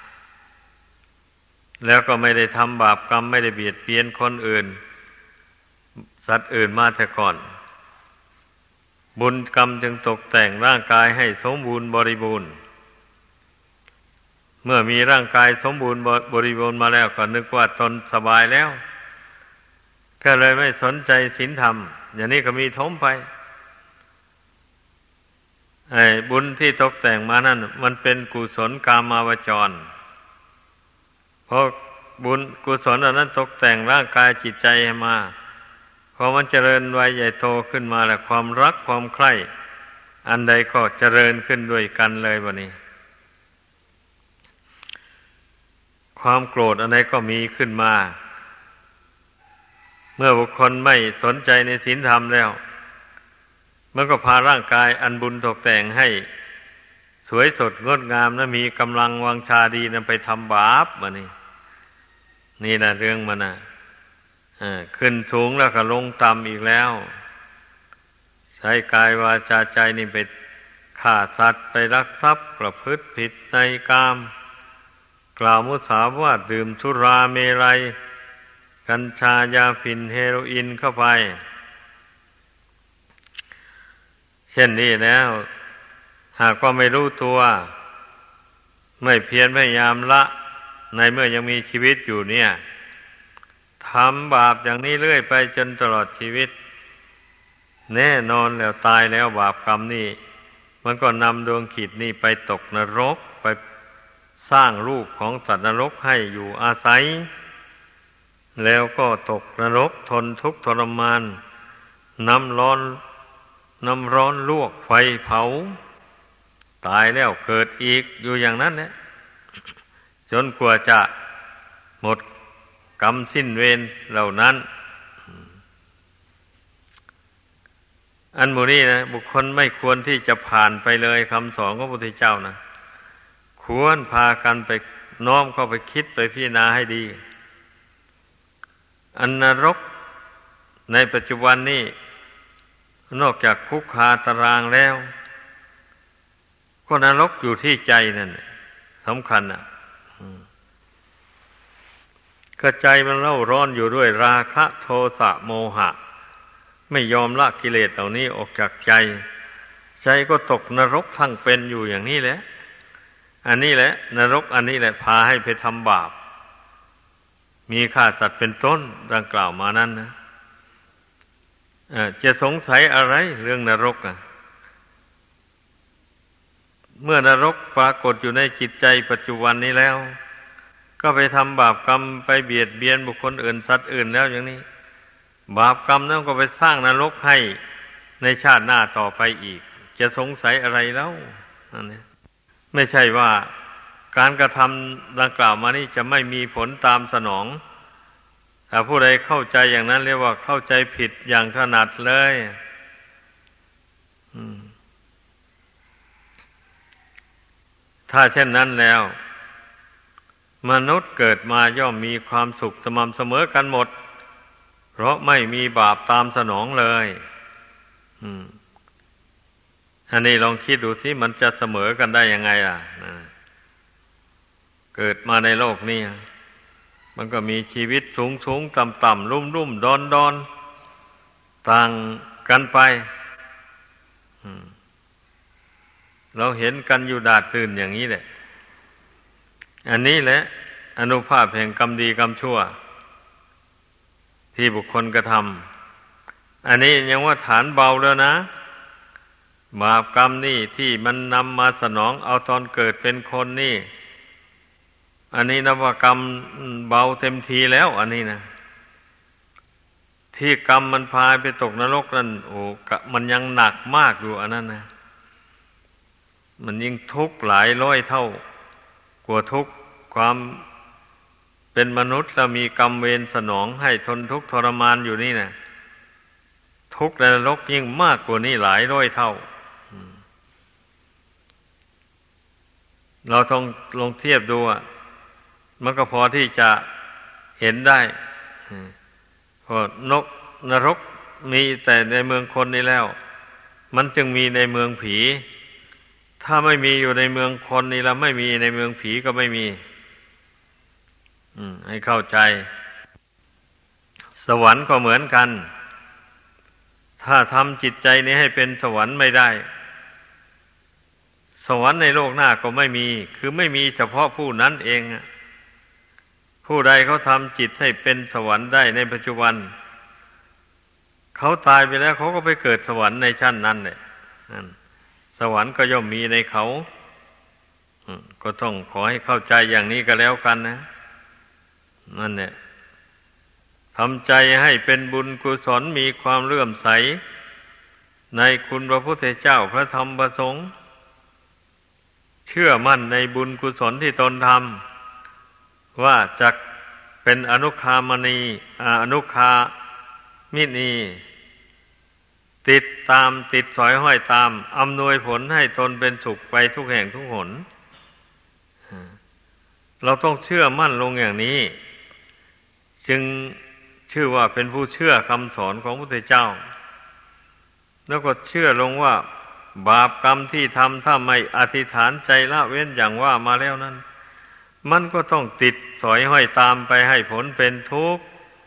แล้วก็ไม่ได้ทำบาปกรรมไม่ได้เบียดเบียนคนอื่นสัตว์อื่นมาแต่ก่อนบุญกรรมจึงตกแต่งร่างกายให้สมบูรณ์บริบูรณ์เมื่อมีร่างกายสมบูรณ์บริบูรณ์มาแล้วก็นึกว่าตนสบายแล้วก็เลยไม่สนใจศีลธรรมอย่างนี้ก็มีทมไปไอ้บุญที่ตกแต่งมานั่นมันเป็นกุศลกามาวจรเพราะบุญกุศลอันนั้นตกแต่งร่างกายจิตใจให้มาพอมันเจริญวัยใหญ่โตขึ้นมาแล้วความรักความใคร่อันใดก็เจริญขึ้นด้วยกันเลยบัดนี้ความโกรธอันใดก็มีขึ้นมาเมื่อบุคคลไม่สนใจในศีลธรรมแล้วมันก็พาร่างกายอันบุญตกแต่งให้สวยสดงดงามและมีกำลังวังชาดีนั้นไปทำบาปบัดนี้นี่นะเรื่องมันนะขึ้นสูงแล้วก็ลงต่ำอีกแล้วใช้กายวาจาใจนี่ไปฆ่าสัตว์ไปลักทรัพย์ประพฤติผิดในกามกล่าวมุสาวาทดื่มสุราเมรัยกัญชายาฝิ่นเฮโรอีนเข้าไปเช่นนี้แล้วหากว่าไม่รู้ตัวไม่เพียรพยายามละในเมื่อยังมีชีวิตอยู่เนี่ยทำบาปอย่างนี้เรื่อยไปจนตลอดชีวิตแน่นอนแล้วตายแล้วบาปกรรมนี่มันก็นำดวงขีดนี่ไปตกนรกไปสร้างรูปของสัตว์นรกให้อยู่อาศัยแล้วก็ตกนรกทนทุกข์ทรมานน้ำร้อนลวกไฟเผาตายแล้วเกิดอีกอยู่อย่างนั้นแหละจนกว่าจะหมดกรรมสิ้นเวรเหล่านั้นอันหมู่นี้นะบุคคลไม่ควรที่จะผ่านไปเลยคำสอนของพระพุทธเจ้านะควรพากันไปน้อมเข้าไปคิดไปพิจารณาให้ดีอันนรกในปัจจุบันนี้นอกจากคุกคาตารางแล้วก็นรกอยู่ที่ใจนั่นสำคัญอ่ะก็ใจมันเล่าร้อนอยู่ด้วยราคะโทสะโมหะไม่ยอมละกิเลสเหล่านี้ออกจากใจใจก็ตกนรกทั้งเป็นอยู่อย่างนี้แหละอันนี้แหละนรกอันนี้แหละพาให้ไปทำบาปมีฆ่าสัตว์เป็นต้นดังกล่าวมานั้นนะจะสงสัยอะไรเรื่องนรกอ่ะเมื่อนรกปรากฏอยู่ในจิตใจปัจจุบันนี้แล้วก็ไปทำบาปกรรมไปเบียดเบียนบุคคลอื่นสัตว์อื่นแล้วอย่างนี้บาปกรรมนั้นก็ไปสร้างนรกให้ในชาติหน้าต่อไปอีกจะสงสัยอะไรแล้วนั่นเนี่ยไม่ใช่ว่าการกระทำดังกล่าวมานี่จะไม่มีผลตามสนองถ้าผู้ใดเข้าใจอย่างนั้นเรียกว่าเข้าใจผิดอย่างถนัดเลยถ้าเช่นนั้นแล้วมนุษย์เกิดมาย่อมมีความสุขสม่ำเสมอกันหมดเพราะไม่มีบาปตามสนองเลยอันนี้ลองคิดดูที่มันจะเสมอกันได้ยังไงล่ะเกิดมาในโลกนี้มันก็มีชีวิตสูงสูงต่ำต่ำรุ่มรุ่มดอนดอนต่างกันไปเราเห็นกันอยู่ดาดตื่นอย่างนี้แหละอันนี้แหละอานุภาพแห่งกรรมดีกรรมชั่วที่บุคคลกระทำอันนี้ยังว่าฐานเบาแล้วนะบาปกรรมนี่ที่มันนำมาสนองเอาตอนเกิดเป็นคนนี่อันนี้นับว่ากรรมเบาเต็มทีแล้วอันนี้นะที่กรรมมันพาไปตกนรกนั่นโอ้มันยังหนักมากอยู่อันนั้นนะมันยิ่งทุกข์หลายร้อยเท่ากว่าทุกข์ความเป็นมนุษย์แล้วมีกรรมเวรสนองให้ทนทุกข์ทรมานอยู่นี่นะทุกข์ในนรกยิ่งมากกว่านี้หลายร้อยเท่าเราต้องลองเทียบดูมันก็พอที่จะเห็นได้เพราะนรกมีแต่ในเมืองคนนี่แล้วมันจึงมีในเมืองผีถ้าไม่มีอยู่ในเมืองคนนี่แล้วไม่มีในเมืองผีก็ไม่มีให้เข้าใจสวรรค์ก็เหมือนกันถ้าทำจิตใจนี้ให้เป็นสวรรค์ไม่ได้สวรรค์ในโลกหน้าก็ไม่มีคือไม่มีเฉพาะผู้นั้นเองผู้ใดเขาทำจิตให้เป็นสวรรค์ได้ในปัจจุบันเขาตายไปแล้วเขาก็ไปเกิดสวรรค์ในชั้นนั้นแหละสวรรค์ก็ย่อมมีในเขาก็ต้องขอให้เข้าใจอย่างนี้ก็แล้วกันนะนั่นเนี่ยทำใจให้เป็นบุญกุศลมีความเลื่อมใสในคุณพระพุทธเจ้าพระธรรมพระสงฆ์เชื่อมั่นในบุญกุศลที่ตนทำว่าจักเป็นอนุคามณีอนุคามินีติดตามติดสอยห้อยตามอำนวยผลให้ตนเป็นสุขไปทุกแห่งทุกหนเราต้องเชื่อมั่นลงอย่างนี้จึงชื่อว่าเป็นผู้เชื่อคำสอนของพระพุทธเจ้าแล้วก็เชื่อลงว่าบาปกรรมที่ทำถ้าไม่อธิษฐานใจละเว้นอย่างว่ามาแล้วนั้นมันก็ต้องติดสอยห้อยตามไปให้ผลเป็นทุกข์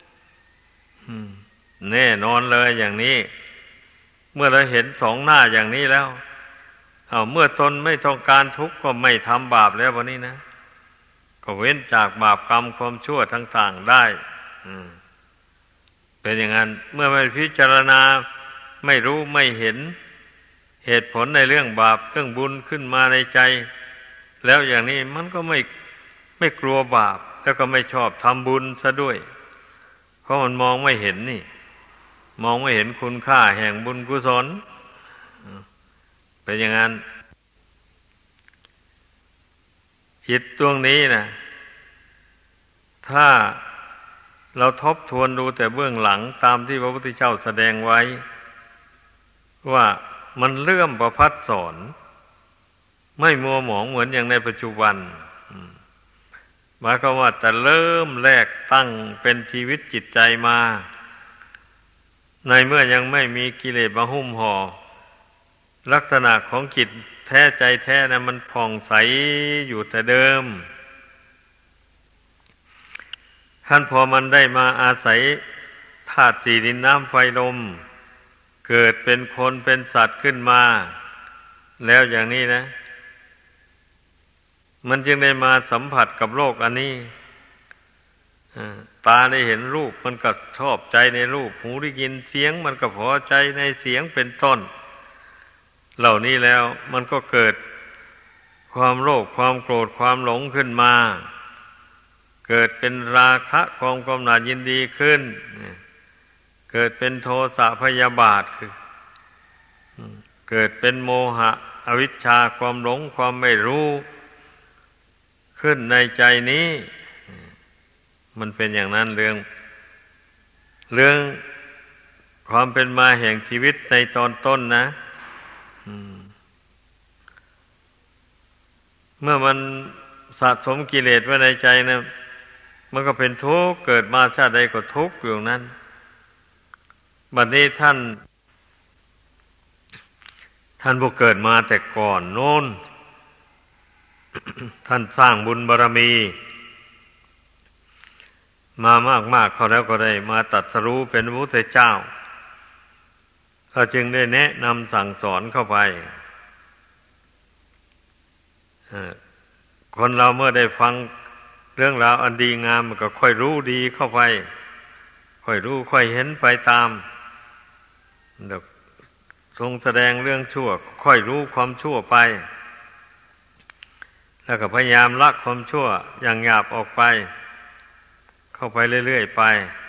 แน่นอนเลยอย่างนี้เมื่อเราเห็นสองหน้าอย่างนี้แล้วเมื่อตนไม่ต้องการทุกข์ก็ไม่ทำบาปแล้ววันนี้นะก็เว้นจากบาปกรรมความชั่วต่างๆได้เป็นอย่างนั้นเมื่อไม่พิจารณาไม่รู้ไม่เห็นเหตุผลในเรื่องบาปเรื่องบุญขึ้นมาในใจแล้วอย่างนี้มันก็ไม่กลัวบาปแล้วก็ไม่ชอบทำบุญซะด้วยเพราะมันมองไม่เห็นนี่มองไม่เห็นคุณค่าแห่งบุญกุศลเป็นอย่างนั้นจิตดวงนี้นะถ้าเราทบทวนดูแต่เบื้องหลังตามที่พระพุทธเจ้าแสดงไว้ว่ามันเลื่อมประพัดสอนไม่มัวหมองเหมือนอย่างในปัจจุบันหมายความว่าแต่เริ่มแรกตั้งเป็นชีวิตจิตใจมาในเมื่อยังไม่มีกิเลสมาหุ้มห่อลักษณะของจิตแท้ใจแท้นะมันผ่องใสอยู่แต่เดิมท่านพอมันได้มาอาศัยธาตุสี่ดินน้ำไฟลมเกิดเป็นคนเป็นสัตว์ขึ้นมาแล้วอย่างนี้นะมันจึงได้มาสัมผัสกับโลกอันนี้ตาได้เห็นรูปมันก็ชอบใจในรูปหูได้ยินเสียงมันก็พอใจในเสียงเป็นต้นเหล่านี้แล้วมันก็เกิดความโลภความโกรธความหลงขึ้นมาเกิดเป็นราคะความกำหนัดยินดีขึ้นเกิดเป็นโทสะพยาบาทเกิดเป็นโมหะอวิชชาความหลงความไม่รู้ขึ้นในใจนี้มันเป็นอย่างนั้นเรื่องความเป็นมาแห่งชีวิตในตอนต้นนะเมื่อมันสะสมกิเลสไว้ในใจนะมันก็เป็นทุกข์เกิดมาชาติใดก็ทุกข์อยู่นั้นบัดนี้ท่านผู้เกิดมาแต่ก่อนโน้น ท่านสร้างบุญบารมี มามากๆเขาแล้วก็ได้มาตรัสรู้เป็นพระพุทธเจ้าเขาจึงได้แนะนำสั่งสอนเข้าไปคนเราเมื่อได้ฟังเรื่องราวอันดีงามมันก็ค่อยรู้ดีเข้าไปค่อยรู้ค่อยเห็นไปตามทรงแสดงเรื่องชั่วค่อยรู้ความชั่วไปแล้วก็พยายามละความชั่วอย่างหยาบออกไปเข้าไปเรื่อยๆไป